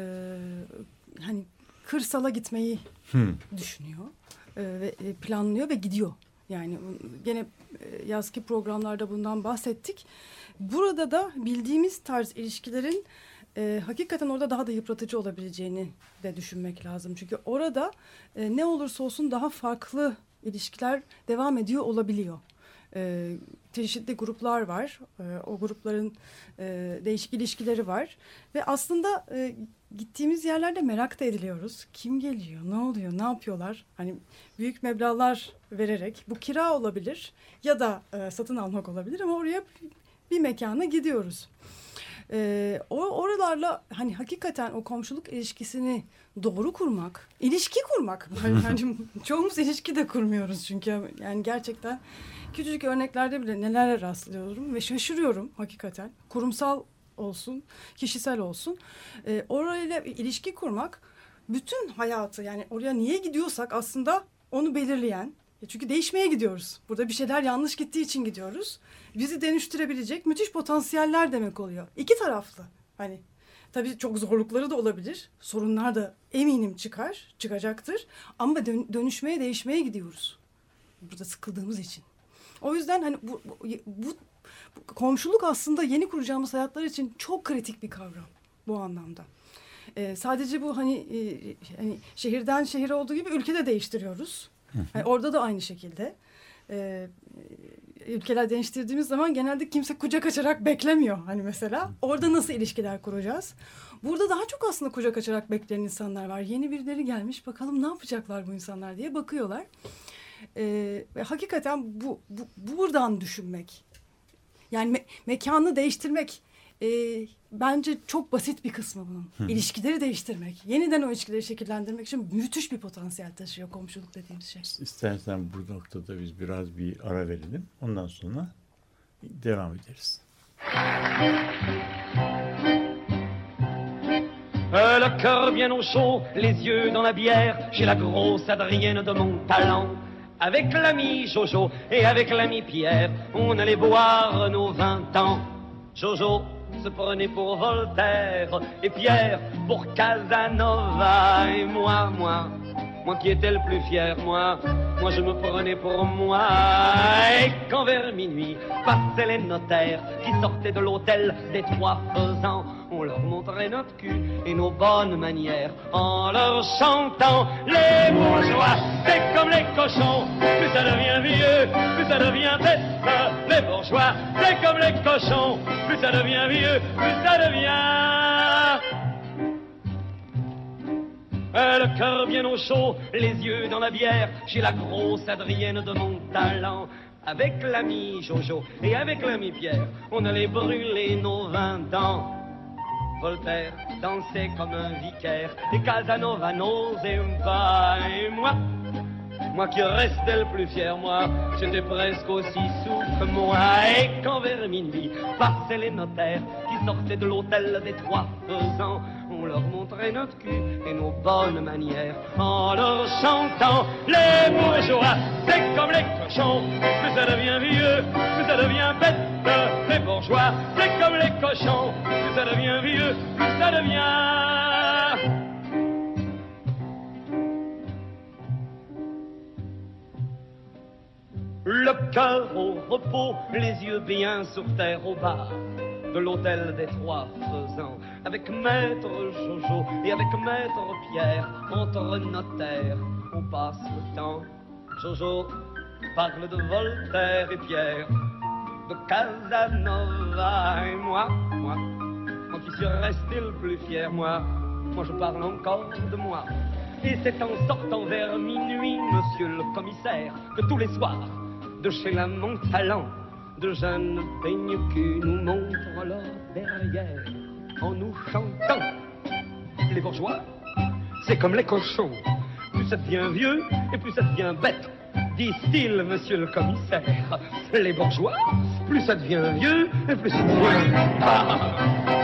[SPEAKER 5] hani kırsala gitmeyi hmm. düşünüyor e, ve planlıyor ve gidiyor. Yani gene yazki programlarda bundan bahsettik. Burada da bildiğimiz tarz ilişkilerin e, hakikaten orada daha da yıpratıcı olabileceğini de düşünmek lazım. Çünkü orada e, ne olursa olsun daha farklı ilişkiler devam ediyor olabiliyor. E, çeşitli gruplar var. E, o grupların e, değişik ilişkileri var. Ve aslında e, gittiğimiz yerlerde merak da ediliyoruz. Kim geliyor, ne oluyor, ne yapıyorlar? Hani büyük meblağlar vererek bu kira olabilir ya da e, satın almak olabilir ama oraya bir mekana gidiyoruz. E, o oralarla hani hakikaten o komşuluk ilişkisini doğru kurmak, ilişki kurmak. Yani çoğumuz ilişki de kurmuyoruz çünkü yani gerçekten küçücük örneklerde bile nelere rastlıyorum ve şaşırıyorum hakikaten. Kurumsal olsun, kişisel olsun. E, orayla ilişki kurmak bütün hayatı yani oraya niye gidiyorsak aslında onu belirleyen. Çünkü değişmeye gidiyoruz. Burada bir şeyler yanlış gittiği için gidiyoruz. Bizi dönüştürebilecek müthiş potansiyeller demek oluyor. İki taraflı. Hani tabii çok zorlukları da olabilir. Sorunlar da eminim çıkar, çıkacaktır. Ama dön- dönüşmeye, değişmeye gidiyoruz. Burada sıkıldığımız için. O yüzden hani bu, bu, bu, bu komşuluk aslında yeni kuracağımız hayatlar için çok kritik bir kavram bu anlamda. Ee, sadece bu hani, e, hani şehirden şehire olduğu gibi ülkede değiştiriyoruz. Yani orada da aynı şekilde. Ee, ülkeler değiştirdiğimiz zaman genelde kimse kucak açarak beklemiyor. Hani mesela orada nasıl ilişkiler kuracağız? Burada daha çok aslında kucak açarak bekleyen insanlar var. Yeni birileri gelmiş, bakalım ne yapacaklar bu insanlar diye bakıyorlar. Ee, ve hakikaten bu, bu buradan düşünmek, yani me- mekanı değiştirmek e, bence çok basit bir kısmı bunun. Hı. İlişkileri değiştirmek, yeniden o ilişkileri şekillendirmek için müthiş bir potansiyel taşıyor komşuluk dediğimiz şey.
[SPEAKER 6] İstersen bu noktada biz biraz bir ara verelim. Ondan sonra devam ederiz.
[SPEAKER 8] Euh, le cœur bien au chaud, les yeux dans la bière, chez la grosse Adrienne de mon talent. Avec l'ami Jojo et avec l'ami Pierre, on allait boire nos vingt ans. Jojo se prenait pour Voltaire et Pierre pour Casanova. Et moi, moi, moi qui étais le plus fier, moi, moi je me prenais pour moi. Et quand vers minuit passaient les notaires qui sortaient de l'hôtel des Trois Faisans, on leur montrait notre cul et nos bonnes manières en leur chantant les bourgeois. C'est comme les cochons, plus ça devient vieux, plus ça devient bête. Les bourgeois, c'est comme les cochons, plus ça devient vieux, plus ça devient... Euh, le cœur bien au chaud, les yeux dans la bière, chez la grosse Adrienne de mon talent. Avec l'ami Jojo et avec l'ami Pierre, on allait brûler nos vingt ans. Voltaire dansait comme un vicaire et Casanova n'osait pas. Et moi, moi qui restais le plus fier, moi, j'étais presque aussi sourd que moi. Et quand vers minuit passaient les notaires qui sortaient de l'hôtel des Trois Faisans, on leur montrait notre cul et nos bonnes manières en leur chantant les bourgeois, c'est comme les cochons, plus ça devient vieux, plus ça devient bête. Les bourgeois, c'est comme les cochons, plus ça devient vieux, plus ça devient... Le cœur au repos, les yeux bien sur terre au bar de l'hôtel des Trois Faisans, avec maître Jojo et avec maître Pierre, entre notaires, on passe le temps. Jojo parle de Voltaire et Pierre, de Casanova. Et moi, moi, moi qui suis resté le plus fier, moi, moi je parle encore de moi. Et c'est en sortant vers minuit, monsieur le commissaire, que tous les soirs, de chez la Montalent, de jeunes peignes-culs nous montrent leur derrière en nous chantant. Les bourgeois, c'est comme les cochons, plus ça devient vieux et plus ça devient bête, dit-il, monsieur le commissaire. Les bourgeois, plus ça devient vieux et plus ça devient... Ah.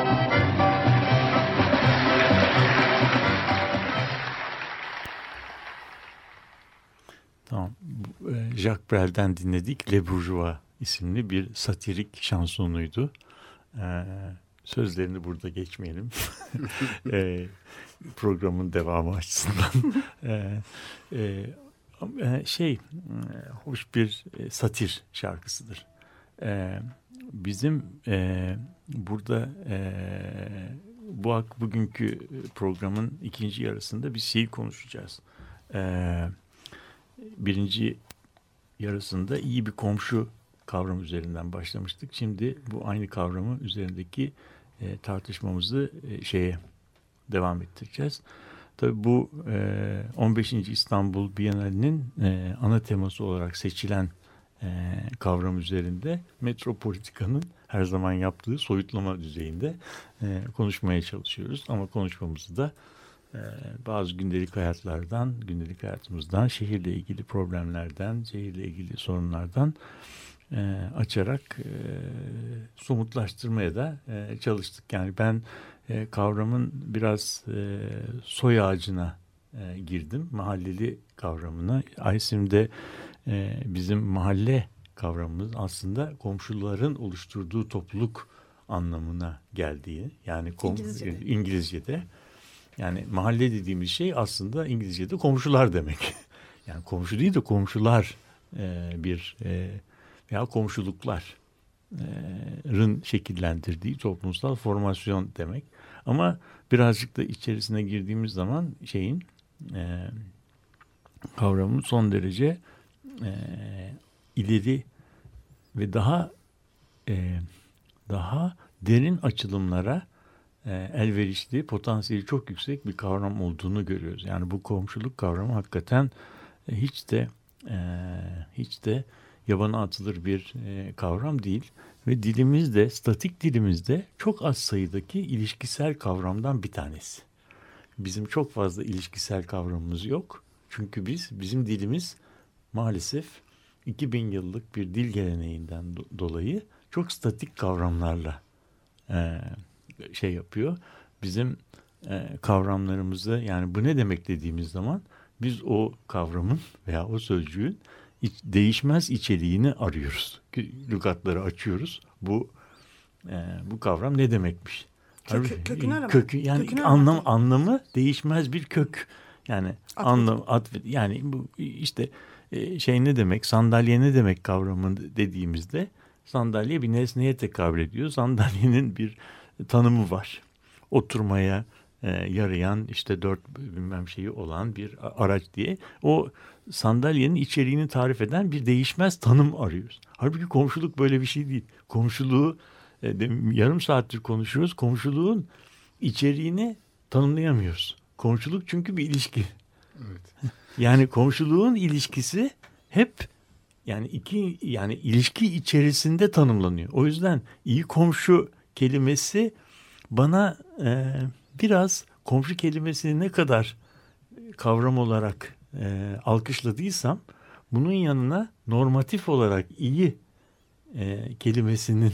[SPEAKER 6] Tamam. Jacques Brel'den dinledik. Les Bourgeois isimli bir satirik şansonuydu. Ee, sözlerini burada geçmeyelim. ee, programın devamı açısından. ee, e, şey, hoş bir satir şarkısıdır. Ee, bizim e, burada e, bu bugünkü programın ikinci yarısında bir şey konuşacağız. Ee, birinci yarısında iyi bir komşu kavramı üzerinden başlamıştık. Şimdi bu aynı kavramı üzerindeki e, tartışmamızı e, şeye devam ettireceğiz. Tabii bu e, on beşinci İstanbul Bienalinin e, ana teması olarak seçilen e, kavram üzerinde metropolitikanın her zaman yaptığı soyutlama düzeyinde e, konuşmaya çalışıyoruz. Ama konuşmamızı da e, bazı gündelik hayatlardan, gündelik hayatımızdan, şehirle ilgili problemlerden, şehirle ilgili sorunlardan e, açarak e, somutlaştırmaya da e, çalıştık. Yani ben e, kavramın biraz e, soy ağacına e, girdim, mahalleli kavramına. Aysim'de e, bizim mahalle kavramımız aslında komşuların oluşturduğu topluluk anlamına geldiği, yani kom- İngilizce'de. İngilizce'de. Yani mahalle dediğimiz şey aslında İngilizce'de komşular demek. Yani komşu değil de komşular e, bir e, veya komşulukların şekillendirdiği toplumsal formasyon demek. Ama birazcık da içerisine girdiğimiz zaman şeyin e, kavramın son derece e, ileri ve daha e, daha derin açılımlara e, elverişli, potansiyeli çok yüksek bir kavram olduğunu görüyoruz. Yani bu komşuluk kavramı hakikaten e, hiç de e, hiç de yabana atılır bir e, kavram değil ve dilimizde, statik dilimizde çok az sayıdaki ilişkisel kavramdan bir tanesi. Bizim çok fazla ilişkisel kavramımız yok. Çünkü biz, bizim dilimiz maalesef iki bin yıllık bir dil geleneğinden do- dolayı çok statik kavramlarla e, şey yapıyor. Bizim e, kavramlarımızı, yani bu ne demek dediğimiz zaman biz o kavramın veya o sözcüğün iç, değişmez içeriğini arıyoruz. Lügatları açıyoruz. Bu e, bu kavram ne demekmiş?
[SPEAKER 5] Kökü, kökünü aramak.
[SPEAKER 6] Kökü, yani
[SPEAKER 5] Kökünü
[SPEAKER 6] anlam
[SPEAKER 5] aramak.
[SPEAKER 6] anlamı değişmez bir kök. Yani
[SPEAKER 5] Atfet.
[SPEAKER 6] anlam atfet, yani bu işte e, şey ne demek, sandalye ne demek kavramı dediğimizde sandalye bir nesneye tekabül ediyor. Sandalyenin bir tanımı var. Oturmaya e, yarayan işte dört bilmem şeyi olan bir araç diye. O sandalyenin içeriğini tarif eden bir değişmez tanım arıyoruz. Halbuki komşuluk böyle bir şey değil. Komşuluğu e, yarım saattir konuşuyoruz. Komşuluğun içeriğini tanımlayamıyoruz. Komşuluk çünkü bir ilişki.
[SPEAKER 7] Evet.
[SPEAKER 6] Yani komşuluğun ilişkisi hep yani iki yani ilişki içerisinde tanımlanıyor. O yüzden iyi komşu kelimesi bana e, biraz komşu kelimesini ne kadar kavram olarak e, alkışladıysam bunun yanına normatif olarak iyi e, kelimesinin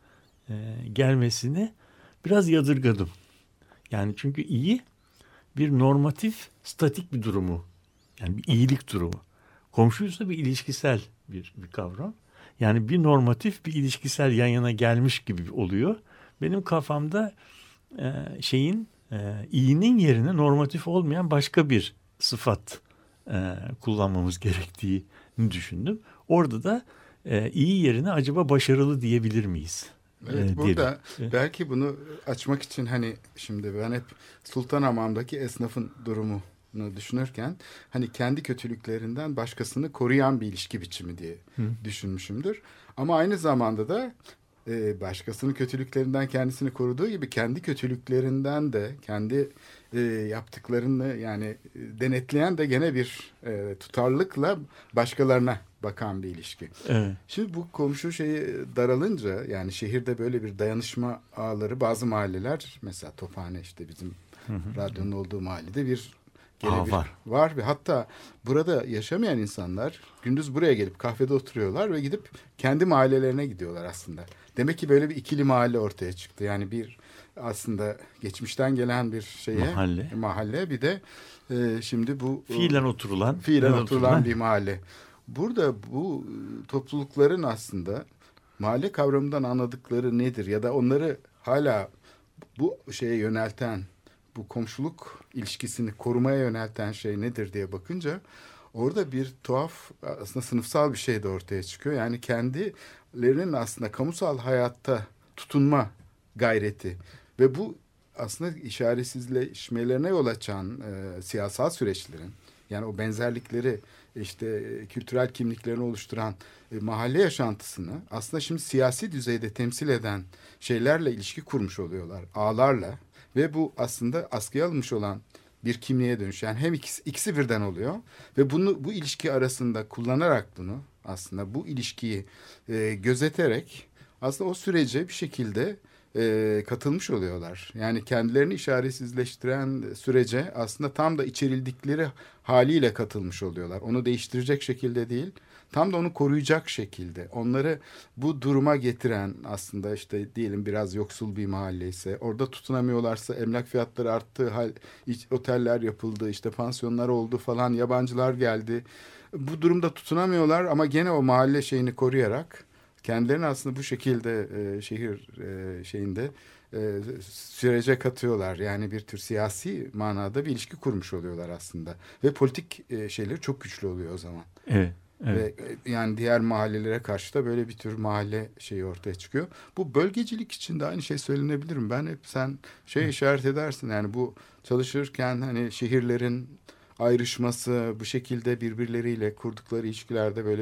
[SPEAKER 6] e, gelmesini biraz yadırgadım. Yani çünkü iyi bir normatif, statik bir durumu. Yani bir iyilik durumu. Komşuysa bir ilişkisel bir, bir kavram. Yani bir normatif, bir ilişkisel yan yana gelmiş gibi oluyor. Benim kafamda e, şeyin, e, iyinin yerine normatif olmayan başka bir sıfat e, kullanmamız gerektiğini düşündüm. Orada da e, iyi yerine acaba başarılı diyebilir miyiz?
[SPEAKER 7] Evet,
[SPEAKER 6] e,
[SPEAKER 7] burada
[SPEAKER 6] diyelim.
[SPEAKER 7] belki bunu açmak için hani şimdi ben hep Sultanhamam'daki esnafın durumunu düşünürken hani kendi kötülüklerinden başkasını koruyan bir ilişki biçimi diye Hı. düşünmüşümdür. Ama aynı zamanda da e, başkasının kötülüklerinden kendisini koruduğu gibi kendi kötülüklerinden de kendi e, yaptıklarını yani e, denetleyen de gene bir e, tutarlılıkla başkalarına bakan bir ilişki.
[SPEAKER 6] Evet.
[SPEAKER 7] Şimdi bu komşu şeyi daralınca yani şehirde böyle bir dayanışma ağları bazı mahalleler mesela Tophane işte bizim hı hı. radyonun olduğu mahallede bir
[SPEAKER 6] Aa,
[SPEAKER 7] bir,
[SPEAKER 6] var.
[SPEAKER 7] var ve hatta burada yaşamayan insanlar gündüz buraya gelip kahvede oturuyorlar ve gidip kendi mahallelerine gidiyorlar aslında. Demek ki böyle bir ikili mahalle ortaya çıktı. Yani bir aslında geçmişten gelen bir şeye
[SPEAKER 6] mahalle,
[SPEAKER 7] mahalle bir de e, şimdi bu
[SPEAKER 6] fiilen oturulan
[SPEAKER 7] fiilen oturulan, oturulan bir mahalle. Burada bu toplulukların aslında mahalle kavramından anladıkları nedir ya da onları hala bu şeye yönelten, bu komşuluk ilişkisini korumaya yönelten şey nedir diye bakınca orada bir tuhaf aslında sınıfsal bir şey de ortaya çıkıyor. Yani kendilerinin aslında kamusal hayatta tutunma gayreti ve bu aslında işaretsizleşmelerine yol açan e, siyasal süreçlerin yani o benzerlikleri işte kültürel kimliklerini oluşturan e, mahalle yaşantısını aslında şimdi siyasi düzeyde temsil eden şeylerle ilişki kurmuş oluyorlar. Ağlarla ve bu aslında askıya alınmış olan bir kimliğe dönüş. Yani hem ikisi, ikisi birden oluyor ve bunu bu ilişki arasında kullanarak bunu aslında bu ilişkiyi e, gözeterek aslında o sürece bir şekilde e, katılmış oluyorlar. Yani kendilerini işaretsizleştiren sürece aslında tam da içerildikleri haliyle katılmış oluyorlar. Onu değiştirecek şekilde değil, tam da onu koruyacak şekilde. Onları bu duruma getiren aslında işte diyelim biraz yoksul bir mahalle ise orada tutunamıyorlarsa emlak fiyatları arttı, hal, oteller yapıldı, işte pansiyonlar oldu falan, yabancılar geldi. Bu durumda tutunamıyorlar ama gene o mahalle şeyini koruyarak kendilerini aslında bu şekilde e, şehir e, şeyinde e, sürece katıyorlar. Yani bir tür siyasi manada bir ilişki kurmuş oluyorlar aslında. Ve politik e, şeyleri çok güçlü oluyor o zaman.
[SPEAKER 6] Evet. Evet.
[SPEAKER 7] Ve e, yani diğer mahallelere karşı da böyle bir tür mahalle şeyi ortaya çıkıyor. Bu bölgecilik için de aynı şey söylenebilir mi? Ben hep sen şey işaret edersin yani bu çalışırken hani şehirlerin ayrışması bu şekilde birbirleriyle kurdukları ilişkilerde böyle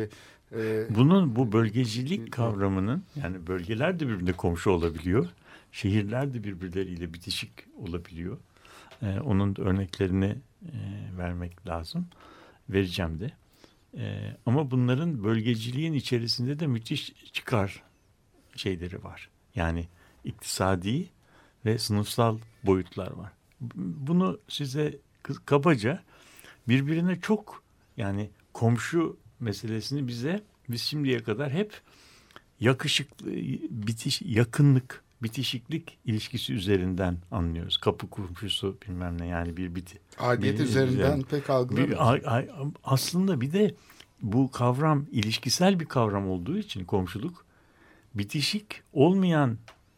[SPEAKER 7] Ee,
[SPEAKER 6] Bunun bu bölgecilik kavramının, yani bölgeler de birbirine komşu olabiliyor. Şehirler de birbirleriyle bitişik olabiliyor. Ee, onun örneklerini e, vermek lazım. Vereceğim de. Ee, ama bunların bölgeciliğin içerisinde de müthiş çıkar şeyleri var. Yani iktisadi ve sınıfsal boyutlar var. Bunu size kabaca birbirine çok, yani komşu meselesini bize biz şimdiye kadar hep yakışıklı, bitiş, yakınlık, bitişiklik ilişkisi üzerinden anlıyoruz. Kapı komşusu bilmem ne, yani bir biti.
[SPEAKER 7] Aidiyet
[SPEAKER 6] bir,
[SPEAKER 7] üzerinden
[SPEAKER 6] üzerinden.
[SPEAKER 7] pek algılamıyoruz.
[SPEAKER 6] Aslında bir de bu kavram ilişkisel bir kavram olduğu için komşuluk, bitişik olmayan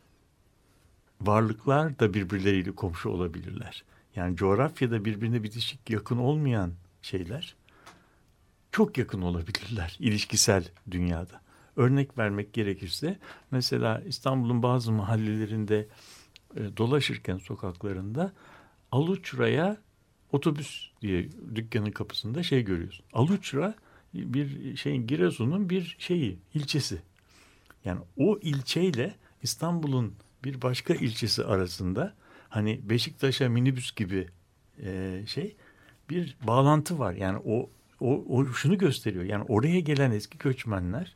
[SPEAKER 6] varlıklar da birbirleriyle komşu olabilirler. Yani coğrafyada birbirine bitişik, yakın olmayan şeyler çok yakın olabilirler ilişkisel dünyada. Örnek vermek gerekirse mesela İstanbul'un bazı mahallelerinde e, dolaşırken sokaklarında Aluçra'ya otobüs diye dükkanın kapısında şey görüyorsun. Aluçra bir şeyin, Giresun'un bir şeyi, ilçesi. Yani o ilçeyle İstanbul'un bir başka ilçesi arasında hani Beşiktaş'a minibüs gibi e, şey bir bağlantı var. Yani o, o, o şunu gösteriyor. Yani oraya gelen eski göçmenler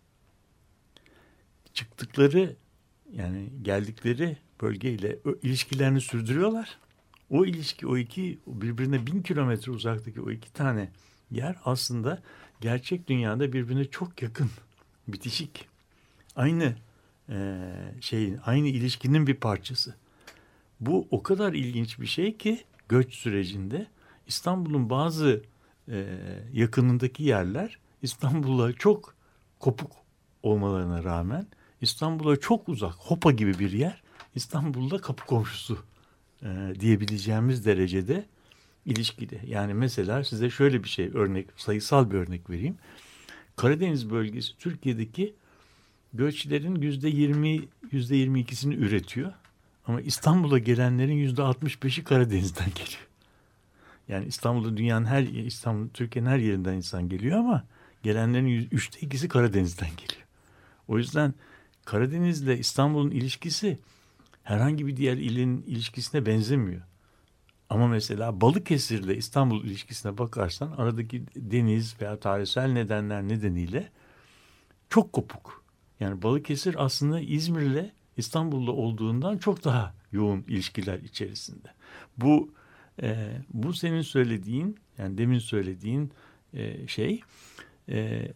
[SPEAKER 6] çıktıkları, yani geldikleri bölgeyle ilişkilerini sürdürüyorlar. O ilişki, o iki birbirine bin kilometre uzaktaki o iki tane yer aslında gerçek dünyada birbirine çok yakın, bitişik. Aynı e, şeyin, aynı ilişkinin bir parçası. Bu o kadar ilginç bir şey ki göç sürecinde İstanbul'un bazı e, yakınındaki yerler İstanbul'a çok kopuk olmalarına rağmen İstanbul'a çok uzak, Hopa gibi bir yer İstanbul'da kapı komşusu e, diyebileceğimiz derecede ilişkili. Yani mesela size şöyle bir şey, örnek, sayısal bir örnek vereyim. Karadeniz bölgesi Türkiye'deki göçlerin yüzde yirmi, yüzde yirmi ikisini üretiyor. Ama İstanbul'a gelenlerin yüzde altmış beşi Karadeniz'den geliyor. Yani İstanbul'da dünyanın her, İstanbul, Türkiye'nin her yerinden insan geliyor ama gelenlerin üçte ikisi Karadeniz'den geliyor. O yüzden Karadeniz'le İstanbul'un ilişkisi herhangi bir diğer ilin ilişkisine benzemiyor. Ama mesela Balıkesir'le İstanbul ilişkisine bakarsan aradaki deniz veya tarihsel nedenler nedeniyle çok kopuk. Yani Balıkesir aslında İzmir'le İstanbul'da olduğundan çok daha yoğun ilişkiler içerisinde. Bu e, bu senin söylediğin, yani demin söylediğin e, şey e,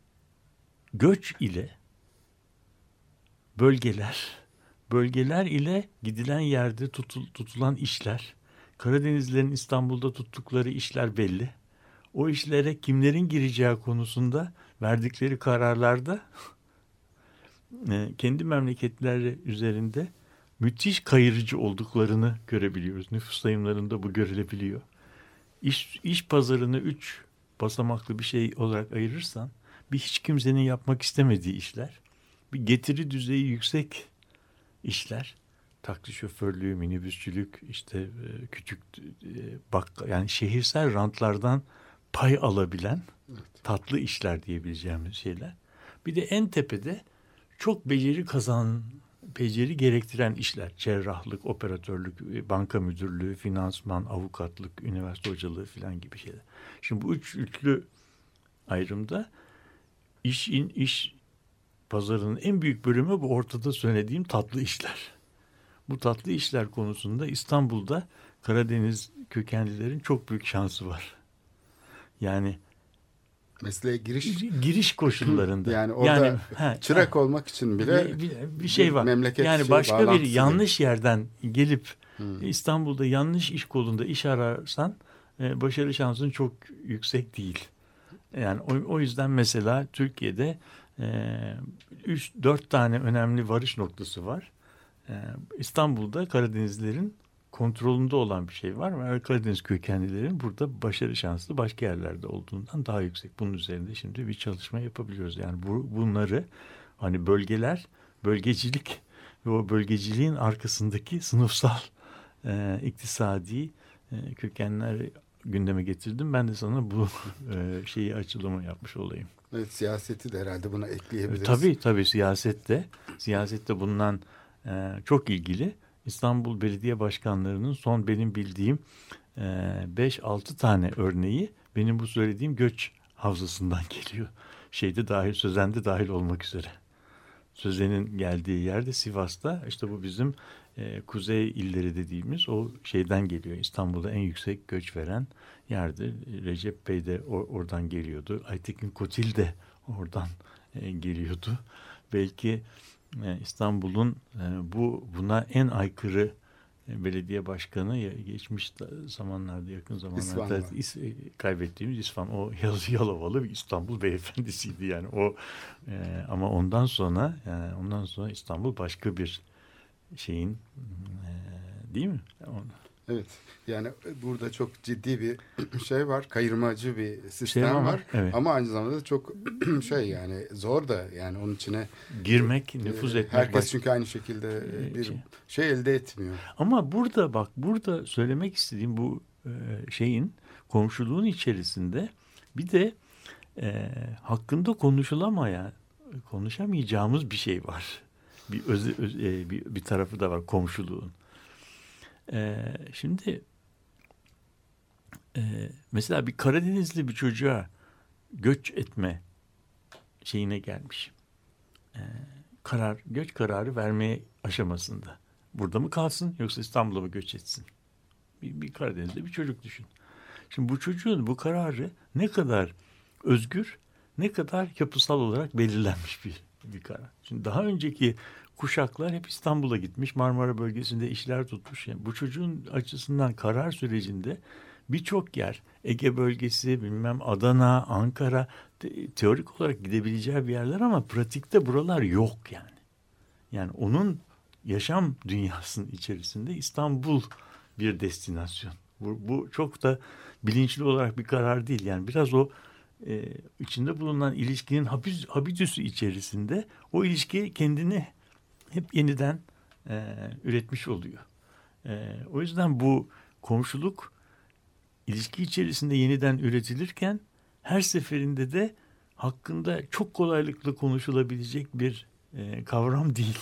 [SPEAKER 6] göç ile bölgeler, bölgeler ile gidilen yerde tutul, tutulan işler, Karadenizlilerin İstanbul'da tuttukları işler belli. O işlere kimlerin gireceği konusunda verdikleri kararlarda kendi memleketleri üzerinde müthiş kayırıcı olduklarını görebiliyoruz. Nüfus sayımlarında bu görülebiliyor. İş, iş pazarını üç basamaklı bir şey olarak ayırırsan, bir hiç kimsenin yapmak istemediği işler, bir getiri düzeyi yüksek işler, taksi şoförlüğü, minibüsçülük, işte küçük bak, yani şehirsel rantlardan pay alabilen tatlı işler diyebileceğimiz şeyler. Bir de en tepede çok beceri kazan, beceri gerektiren işler. Cerrahlık, operatörlük, banka müdürlüğü, finansman, avukatlık, üniversite hocalığı falan gibi şeyler. Şimdi bu üç üçlü ayrımda işin iş pazarının en büyük bölümü bu ortada söylediğim tatlı işler. Bu tatlı işler konusunda İstanbul'da Karadeniz kökenlilerin çok büyük şansı var. Yani
[SPEAKER 7] mesleğe giriş
[SPEAKER 6] giriş koşullarında.
[SPEAKER 7] Yani orada
[SPEAKER 6] yani, ha,
[SPEAKER 7] çırak
[SPEAKER 6] ha,
[SPEAKER 7] olmak için bile
[SPEAKER 6] bir, bir şey var.
[SPEAKER 7] Memleket
[SPEAKER 6] yani
[SPEAKER 7] şey,
[SPEAKER 6] başka bir
[SPEAKER 7] gibi.
[SPEAKER 6] yanlış yerden gelip
[SPEAKER 7] hmm.
[SPEAKER 6] İstanbul'da yanlış iş kolunda iş ararsan e, başarı şansın çok yüksek değil. Yani o, o yüzden mesela Türkiye'de üç dört tane önemli varış noktası var. E, İstanbul'da Karadenizlilerin kontrolünde olan bir şey var ve Karadeniz kökenlilerin burada başarı şansı başka yerlerde olduğundan daha yüksek. Bunun üzerinde şimdi bir çalışma yapabiliyoruz. Yani bu, bunları hani bölgeler, bölgecilik ve o bölgeciliğin arkasındaki sınıfsal, e, iktisadi e, kökenler gündeme getirdim. Ben de sana bu e, şeyi açılımı yapmış olayım.
[SPEAKER 7] Evet, siyaseti de herhalde buna ekleyebiliriz.
[SPEAKER 6] E, tabii tabii siyasette, siyasette bundan e, çok ilgili İstanbul Belediye Başkanlarının son benim bildiğim beş altı tane örneği benim bu söylediğim göç havzasından geliyor. Şeyde dahil, Sözen'de dahil olmak üzere. Sözen'in geldiği yerde Sivas'ta, işte bu bizim e, kuzey illeri dediğimiz o şeyden geliyor. İstanbul'da en yüksek göç veren yerdir. Recep Bey de or- oradan geliyordu. Aytekin Kotil de oradan e, geliyordu. Belki e, İstanbul'un e, bu buna en aykırı e, belediye başkanı geçmiş zamanlarda, yakın zamanlarda is, e, kaybettiğimiz İsvan, o Yalovalı bir İstanbul beyefendisiydi yani o e, ama ondan sonra yani ondan sonra İstanbul başka bir şeyin e, değil mi? On...
[SPEAKER 7] Evet. Yani burada çok ciddi bir şey var. Kayırmacı bir sistem
[SPEAKER 6] şey var.
[SPEAKER 7] var.
[SPEAKER 6] Evet.
[SPEAKER 7] Ama aynı zamanda da çok şey yani zor da yani onun içine
[SPEAKER 6] girmek, nüfuz etmek.
[SPEAKER 7] Herkes
[SPEAKER 6] baş...
[SPEAKER 7] çünkü aynı şekilde bir şey. şey elde etmiyor.
[SPEAKER 6] Ama burada bak, burada söylemek istediğim bu e, şeyin, komşuluğun içerisinde bir de e, hakkında konuşulamayan, konuşamayacağımız bir şey var. Bir öz, öz, e, bir, bir tarafı da var komşuluğun. E, şimdi e, mesela bir Karadenizli bir çocuğa göç etme şeyine gelmiş. E, karar, göç kararı vermeye aşamasında. Burada mı kalsın yoksa İstanbul'a mı göç etsin? Bir, bir Karadeniz'de bir çocuk düşün. Şimdi bu çocuğun bu kararı ne kadar özgür, ne kadar yapısal olarak belirlenmiş bir, bir karar. Şimdi daha önceki kuşaklar hep İstanbul'a gitmiş, Marmara bölgesinde işler tutmuş. Yani bu çocuğun açısından karar sürecinde birçok yer, Ege bölgesi, bilmem Adana, Ankara, te- teorik olarak gidebileceği bir yerler ama pratikte buralar yok yani. Yani onun yaşam dünyasının içerisinde İstanbul bir destinasyon. Bu, bu çok da bilinçli olarak bir karar değil. Yani biraz o e, içinde bulunan ilişkinin habis, habitüsü içerisinde o ilişki kendini hep yeniden e, üretmiş oluyor. E, o yüzden bu komşuluk ilişki içerisinde yeniden üretilirken her seferinde de hakkında çok kolaylıkla konuşulabilecek bir e, kavram değil.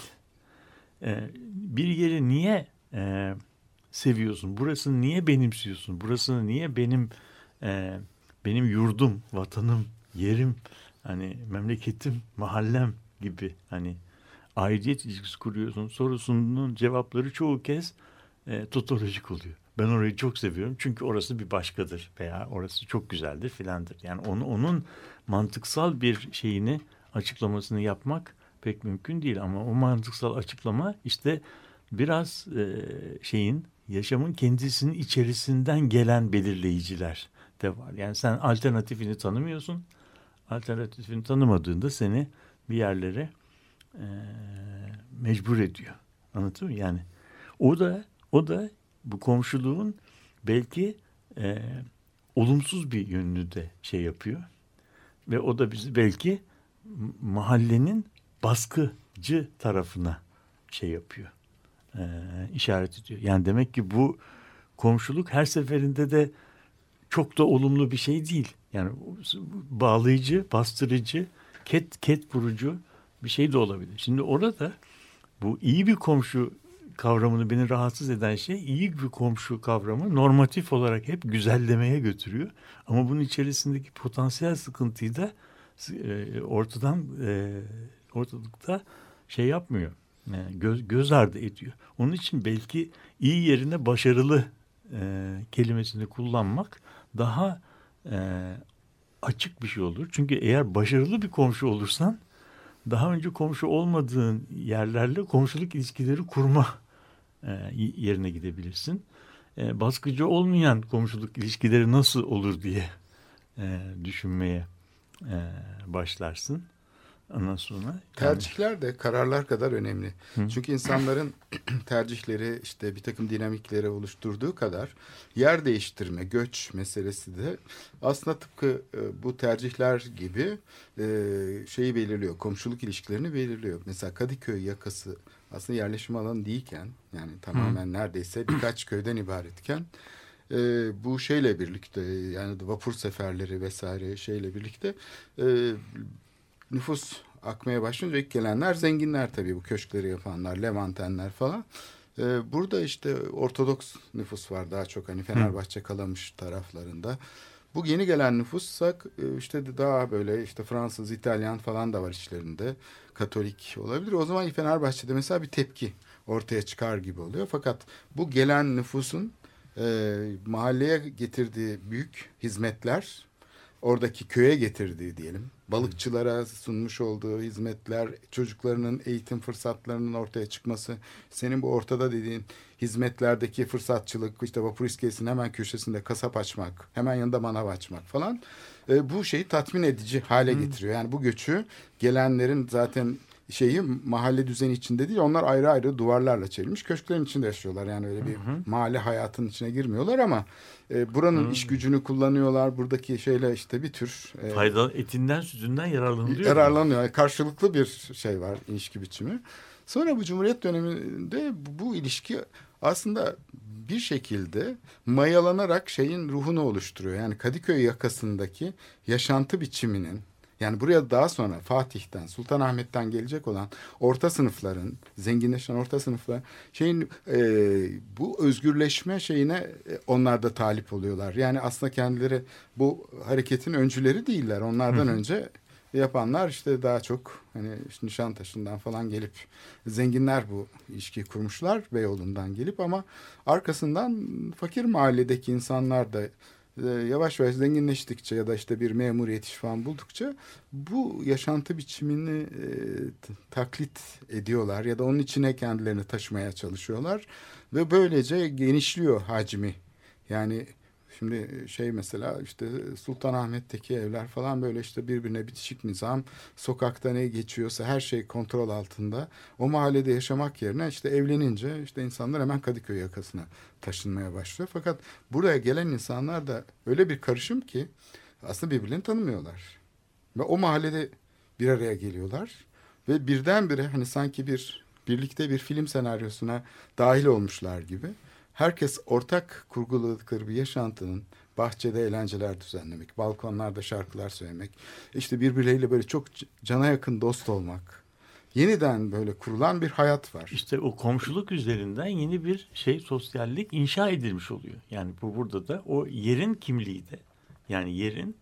[SPEAKER 6] E, bir yeri niye e, seviyorsun? Burasını niye benimsiyorsun? Burasını niye benim e, benim yurdum, vatanım, yerim, hani memleketim, mahallem gibi hani aidiyet ilişkisi kuruyorsun sorusunun cevapları çoğu kez e, totolojik oluyor. Ben orayı çok seviyorum çünkü orası bir başkadır veya orası çok güzeldir filandır. Yani onu, onun mantıksal bir şeyini, açıklamasını yapmak pek mümkün değil ama o mantıksal açıklama işte biraz e, şeyin, yaşamın kendisinin içerisinden gelen belirleyiciler de var. Yani sen alternatifini tanımıyorsun. Alternatifini tanımadığında seni bir yerlere e, mecbur ediyor. Anladın mı? Yani o da o da bu komşuluğun belki e, olumsuz bir yönünü de şey yapıyor. Ve o da bizi belki mahallenin baskıcı tarafına şey yapıyor. E, işaret ediyor. Yani demek ki bu komşuluk her seferinde de çok da olumlu bir şey değil. Yani bağlayıcı, bastırıcı, ket ket vurucu bir şey de olabilir. Şimdi orada bu iyi bir komşu kavramını beni rahatsız eden şey, iyi bir komşu kavramı normatif olarak hep güzellemeye götürüyor. Ama bunun içerisindeki potansiyel sıkıntıyı da e, ortadan e, ortalıkta şey yapmıyor. Yani göz, göz ardı ediyor. Onun için belki iyi yerine başarılı e, kelimesini kullanmak daha e, açık bir şey olur. Çünkü eğer başarılı bir komşu olursan daha önce komşu olmadığın yerlerle komşuluk ilişkileri kurma e, yerine gidebilirsin. E, baskıcı olmayan komşuluk ilişkileri nasıl olur diye e, düşünmeye e, başlarsın. Ondan sonra
[SPEAKER 7] tercihler de kararlar kadar önemli.
[SPEAKER 6] Hı.
[SPEAKER 7] Çünkü insanların tercihleri işte bir takım dinamikleri oluşturduğu kadar yer değiştirme, göç meselesi de aslında tıpkı e, bu tercihler gibi e, şeyi belirliyor. Komşuluk ilişkilerini belirliyor. Mesela Kadıköy yakası aslında yerleşim alanı değilken yani tamamen Hı. neredeyse birkaç köyden ibaretken e, bu şeyle birlikte yani vapur seferleri vesaire şeyle birlikte e, nüfus akmaya başlayınca ilk gelenler zenginler tabii, bu köşkleri yapanlar, Levantenler falan. E, burada işte Ortodoks nüfus var daha çok, hani Fenerbahçe Kalamış taraflarında. Bu yeni gelen nüfussak işte daha böyle işte Fransız, İtalyan falan da var içlerinde. Katolik olabilir. O zaman Fenerbahçe'de mesela bir tepki ortaya çıkar gibi oluyor. Fakat bu gelen nüfusun e, mahalleye getirdiği büyük hizmetler, oradaki köye getirdiği diyelim, balıkçılara sunmuş olduğu hizmetler, çocuklarının eğitim fırsatlarının ortaya çıkması, senin bu ortada dediğin hizmetlerdeki fırsatçılık, işte vapur iskelesinin hemen köşesinde kasap açmak, hemen yanında manav açmak falan, e, bu şeyi tatmin edici hale getiriyor. Yani bu göçü gelenlerin zaten şeyi mahalle düzeni içinde değil, onlar ayrı ayrı duvarlarla çevrilmiş köşklerin içinde yaşıyorlar. Yani öyle bir hı hı. mahalle hayatının içine girmiyorlar ama e, buranın hı. iş gücünü kullanıyorlar. Buradaki şeyle işte bir tür e,
[SPEAKER 6] fayda etinden sütünden yararlanılıyor.
[SPEAKER 7] Yararlanıyor. Yani karşılıklı bir şey var, ilişki biçimi. Sonra bu Cumhuriyet döneminde bu, bu ilişki aslında bir şekilde mayalanarak şeyin ruhunu oluşturuyor. Yani Kadıköy yakasındaki yaşantı biçiminin, yani buraya daha sonra Fatih'ten, Sultanahmet'ten gelecek olan orta sınıfların, zenginleşen orta sınıflar şeyin e, bu özgürleşme şeyine e, onlar da talip oluyorlar. Yani aslında kendileri bu hareketin öncüleri değiller. Onlardan Hı. önce yapanlar işte daha çok hani işte Nişantaşı'ndan falan gelip zenginler bu ilişkiyi kurmuşlar, Beyoğlu'ndan gelip, ama arkasından fakir mahalledeki insanlar da yavaş yavaş zenginleştikçe ya da işte bir memuriyet iş falan buldukça bu yaşantı biçimini e, t- taklit ediyorlar ya da onun içine kendilerini taşımaya çalışıyorlar ve böylece genişliyor hacmi. Yani şimdi şey mesela işte Sultanahmet'teki evler falan böyle işte birbirine bitişik nizam, sokakta ne geçiyorsa her şey kontrol altında. O mahallede yaşamak yerine işte evlenince işte insanlar hemen Kadıköy yakasına taşınmaya başlıyor. Fakat buraya gelen insanlar da öyle bir karışım ki aslında birbirlerini tanımıyorlar. Ve o mahallede bir araya geliyorlar ve birdenbire hani sanki bir birlikte bir film senaryosuna dahil olmuşlar gibi. Herkes ortak kurguladıkları bir yaşantının, bahçede eğlenceler düzenlemek, balkonlarda şarkılar söylemek, işte birbirleriyle böyle çok cana yakın dost olmak, yeniden böyle kurulan bir hayat var.
[SPEAKER 6] İşte o komşuluk üzerinden yeni bir şey, sosyallik inşa edilmiş oluyor. Yani bu burada da o yerin kimliği de, yani yerin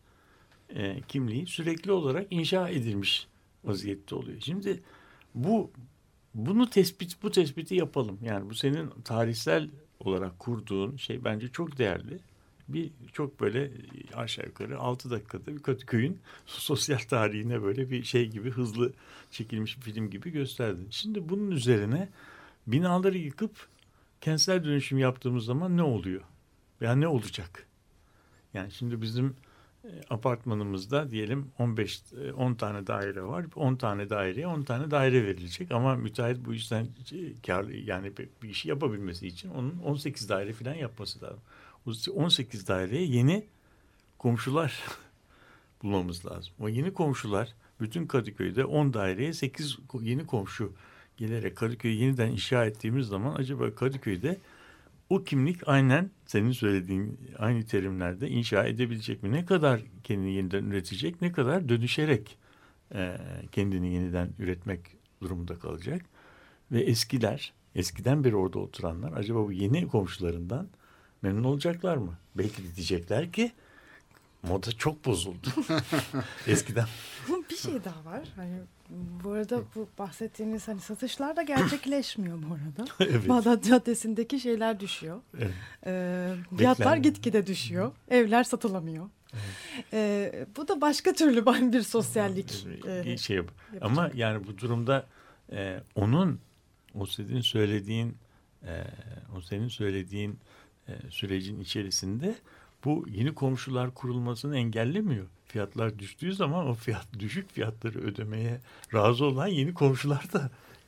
[SPEAKER 6] e, kimliği sürekli olarak inşa edilmiş vaziyette oluyor. Şimdi bu bunu tespit bu tespiti yapalım. Yani bu senin tarihsel olarak kurduğun şey bence çok değerli. Bir çok böyle aşağı yukarı altı dakikada bir Kadıköy'ün sosyal tarihine böyle bir şey gibi hızlı çekilmiş bir film gibi gösterdin. Şimdi bunun üzerine binaları yıkıp kentsel dönüşüm yaptığımız zaman ne oluyor? Veya ne olacak? Yani şimdi bizim apartmanımızda diyelim on beş on tane daire var. on tane daireye on tane daire verilecek ama müteahhit bu işten karlı, yani bir işi yapabilmesi için onun on sekiz daire falan yapması lazım. on sekiz daireye yeni komşular bulmamız lazım. O yeni komşular bütün Kadıköy'de on daireye sekiz yeni komşu gelerek Kadıköy'ü yeniden inşa ettiğimiz zaman acaba Kadıköy'de o kimlik aynen senin söylediğin aynı terimlerde inşa edebilecek mi? Ne kadar kendini yeniden üretecek, ne kadar dönüşerek e, kendini yeniden üretmek durumunda kalacak? Ve eskiler, eskiden beri orada oturanlar acaba bu yeni komşularından memnun olacaklar mı? Belki de diyecekler ki moda çok bozuldu. Eskiden.
[SPEAKER 5] Bir şey daha var. Hani bu arada bu bahsettiğiniz hani satışlar da gerçekleşmiyor bu arada. Evet. Bağdat Caddesi'ndeki şeyler düşüyor. Evet. Ee, fiyatlar gitgide düşüyor. Evler satılamıyor. Evet. Ee, bu da başka türlü bir sosyallik.
[SPEAKER 6] Bir şey yap. Ama yani bu durumda e, onun o senin söylediğin e, o senin söylediğin e, sürecin içerisinde bu yeni komşular kurulmasını engellemiyor. Fiyatlar düştüğü zaman o fiyat düşük fiyatları ödemeye razı olan yeni komşular da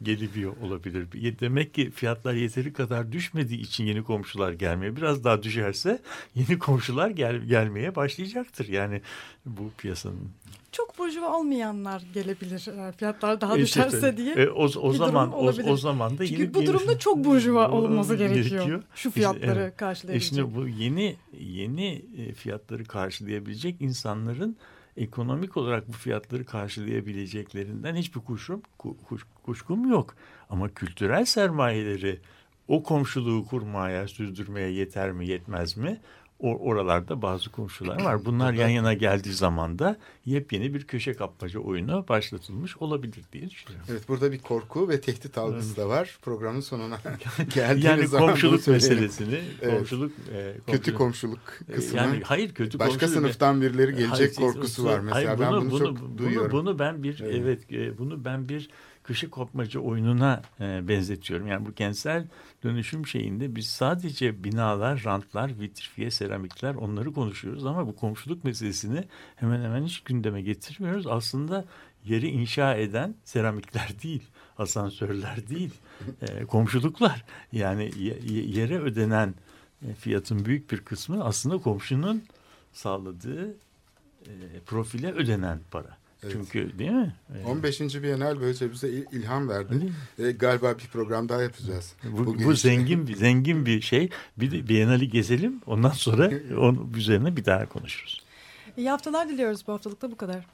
[SPEAKER 6] gelebiliyor olabilir. Demek ki fiyatlar yeteri kadar düşmediği için yeni komşular gelmeye, biraz daha düşerse yeni komşular gel, gelmeye başlayacaktır. Yani bu piyasanın.
[SPEAKER 5] Çok burjuva olmayanlar gelebilir eğer fiyatlar daha
[SPEAKER 6] E,
[SPEAKER 5] düşerse
[SPEAKER 6] işte,
[SPEAKER 5] diye.
[SPEAKER 6] E, o, o zaman o, o zaman da
[SPEAKER 5] çünkü
[SPEAKER 6] yeni,
[SPEAKER 5] bu durumda
[SPEAKER 6] yeni,
[SPEAKER 5] çok burjuva olması gerekiyor. gerekiyor. Şu fiyatları
[SPEAKER 6] işte, evet.
[SPEAKER 5] karşılayabilecek.
[SPEAKER 6] Şimdi bu yeni yeni fiyatları karşılayabilecek insanların ekonomik olarak bu fiyatları karşılayabileceklerinden hiçbir kuşum, kuş, kuşkum yok. Ama kültürel sermayeleri o komşuluğu kurmaya, sürdürmeye yeter mi, yetmez mi? Oralarda bazı komşular var. Bunlar yan yana geldiği zaman da yepyeni bir köşe kapmaca oyunu başlatılmış olabilir diye düşünüyorum.
[SPEAKER 7] Evet, burada bir korku ve tehdit algısı evet. da var. Programın sonuna geldiğimiz
[SPEAKER 6] yani
[SPEAKER 7] zaman
[SPEAKER 6] komşuluk meselesini,
[SPEAKER 7] evet.
[SPEAKER 6] komşuluk, e, komşuluk
[SPEAKER 7] kötü komşuluk kısmı. Yani
[SPEAKER 6] hayır kötü
[SPEAKER 7] başka
[SPEAKER 6] komşuluk.
[SPEAKER 7] sınıftan birileri gelecek hayır, korkusu var mesela.
[SPEAKER 6] Hayır,
[SPEAKER 7] bunu,
[SPEAKER 6] ben bunu,
[SPEAKER 7] bunu çok
[SPEAKER 6] bunu,
[SPEAKER 7] duyuyorum.
[SPEAKER 6] Bunu ben bir evet, evet bunu ben bir köşe kopmaca oyununa e, benzetiyorum. Yani bu kentsel dönüşüm şeyinde biz sadece binalar, rantlar, vitrifiye, seramikler onları konuşuyoruz ama bu komşuluk meselesini hemen hemen hiç gündeme getirmiyoruz. Aslında yeri inşa eden seramikler değil, asansörler değil, e, komşuluklar. Yani yere ödenen fiyatın büyük bir kısmı aslında komşunun sağladığı e, profile ödenen para. Evet. Çünkü değil mi?
[SPEAKER 7] on beşinci Bienal böylece bize ilham verdi. E, galiba bir program daha yapacağız.
[SPEAKER 6] Bu, bu, bu zengin bir zengin bir şey. Bir de Bienal'i gezelim. Ondan sonra onun üzerine bir daha konuşuruz.
[SPEAKER 5] İyi haftalar diliyoruz. Bu haftalıkta bu kadar.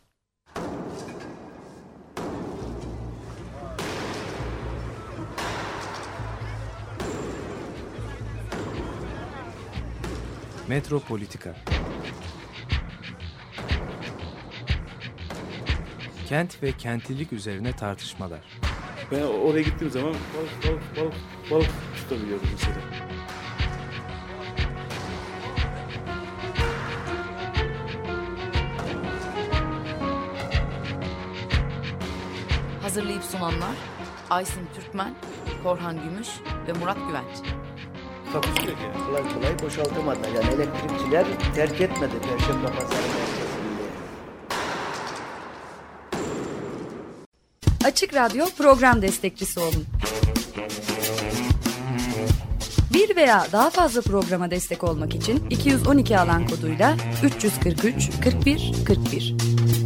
[SPEAKER 1] Metropolitika. Kent ve kentlilik üzerine tartışmalar.
[SPEAKER 2] Ben oraya gittiğim zaman balık balık balık balık tutabiliyordum mesela.
[SPEAKER 3] Hazırlayıp sunanlar Aysin Türkmen, Korhan Gümüş ve Murat Güvenç.
[SPEAKER 2] Takusuyor yani.
[SPEAKER 4] Kolay kolay boşaltamadılar. Yani elektrikçiler terk etmedi Perşembe Pazarı merkezini.
[SPEAKER 9] Açık Radyo program destekçisi olun. Bir veya daha fazla programa destek olmak için iki yüz on iki alan koduyla üç yüz kırk üç kırk bir kırk bir.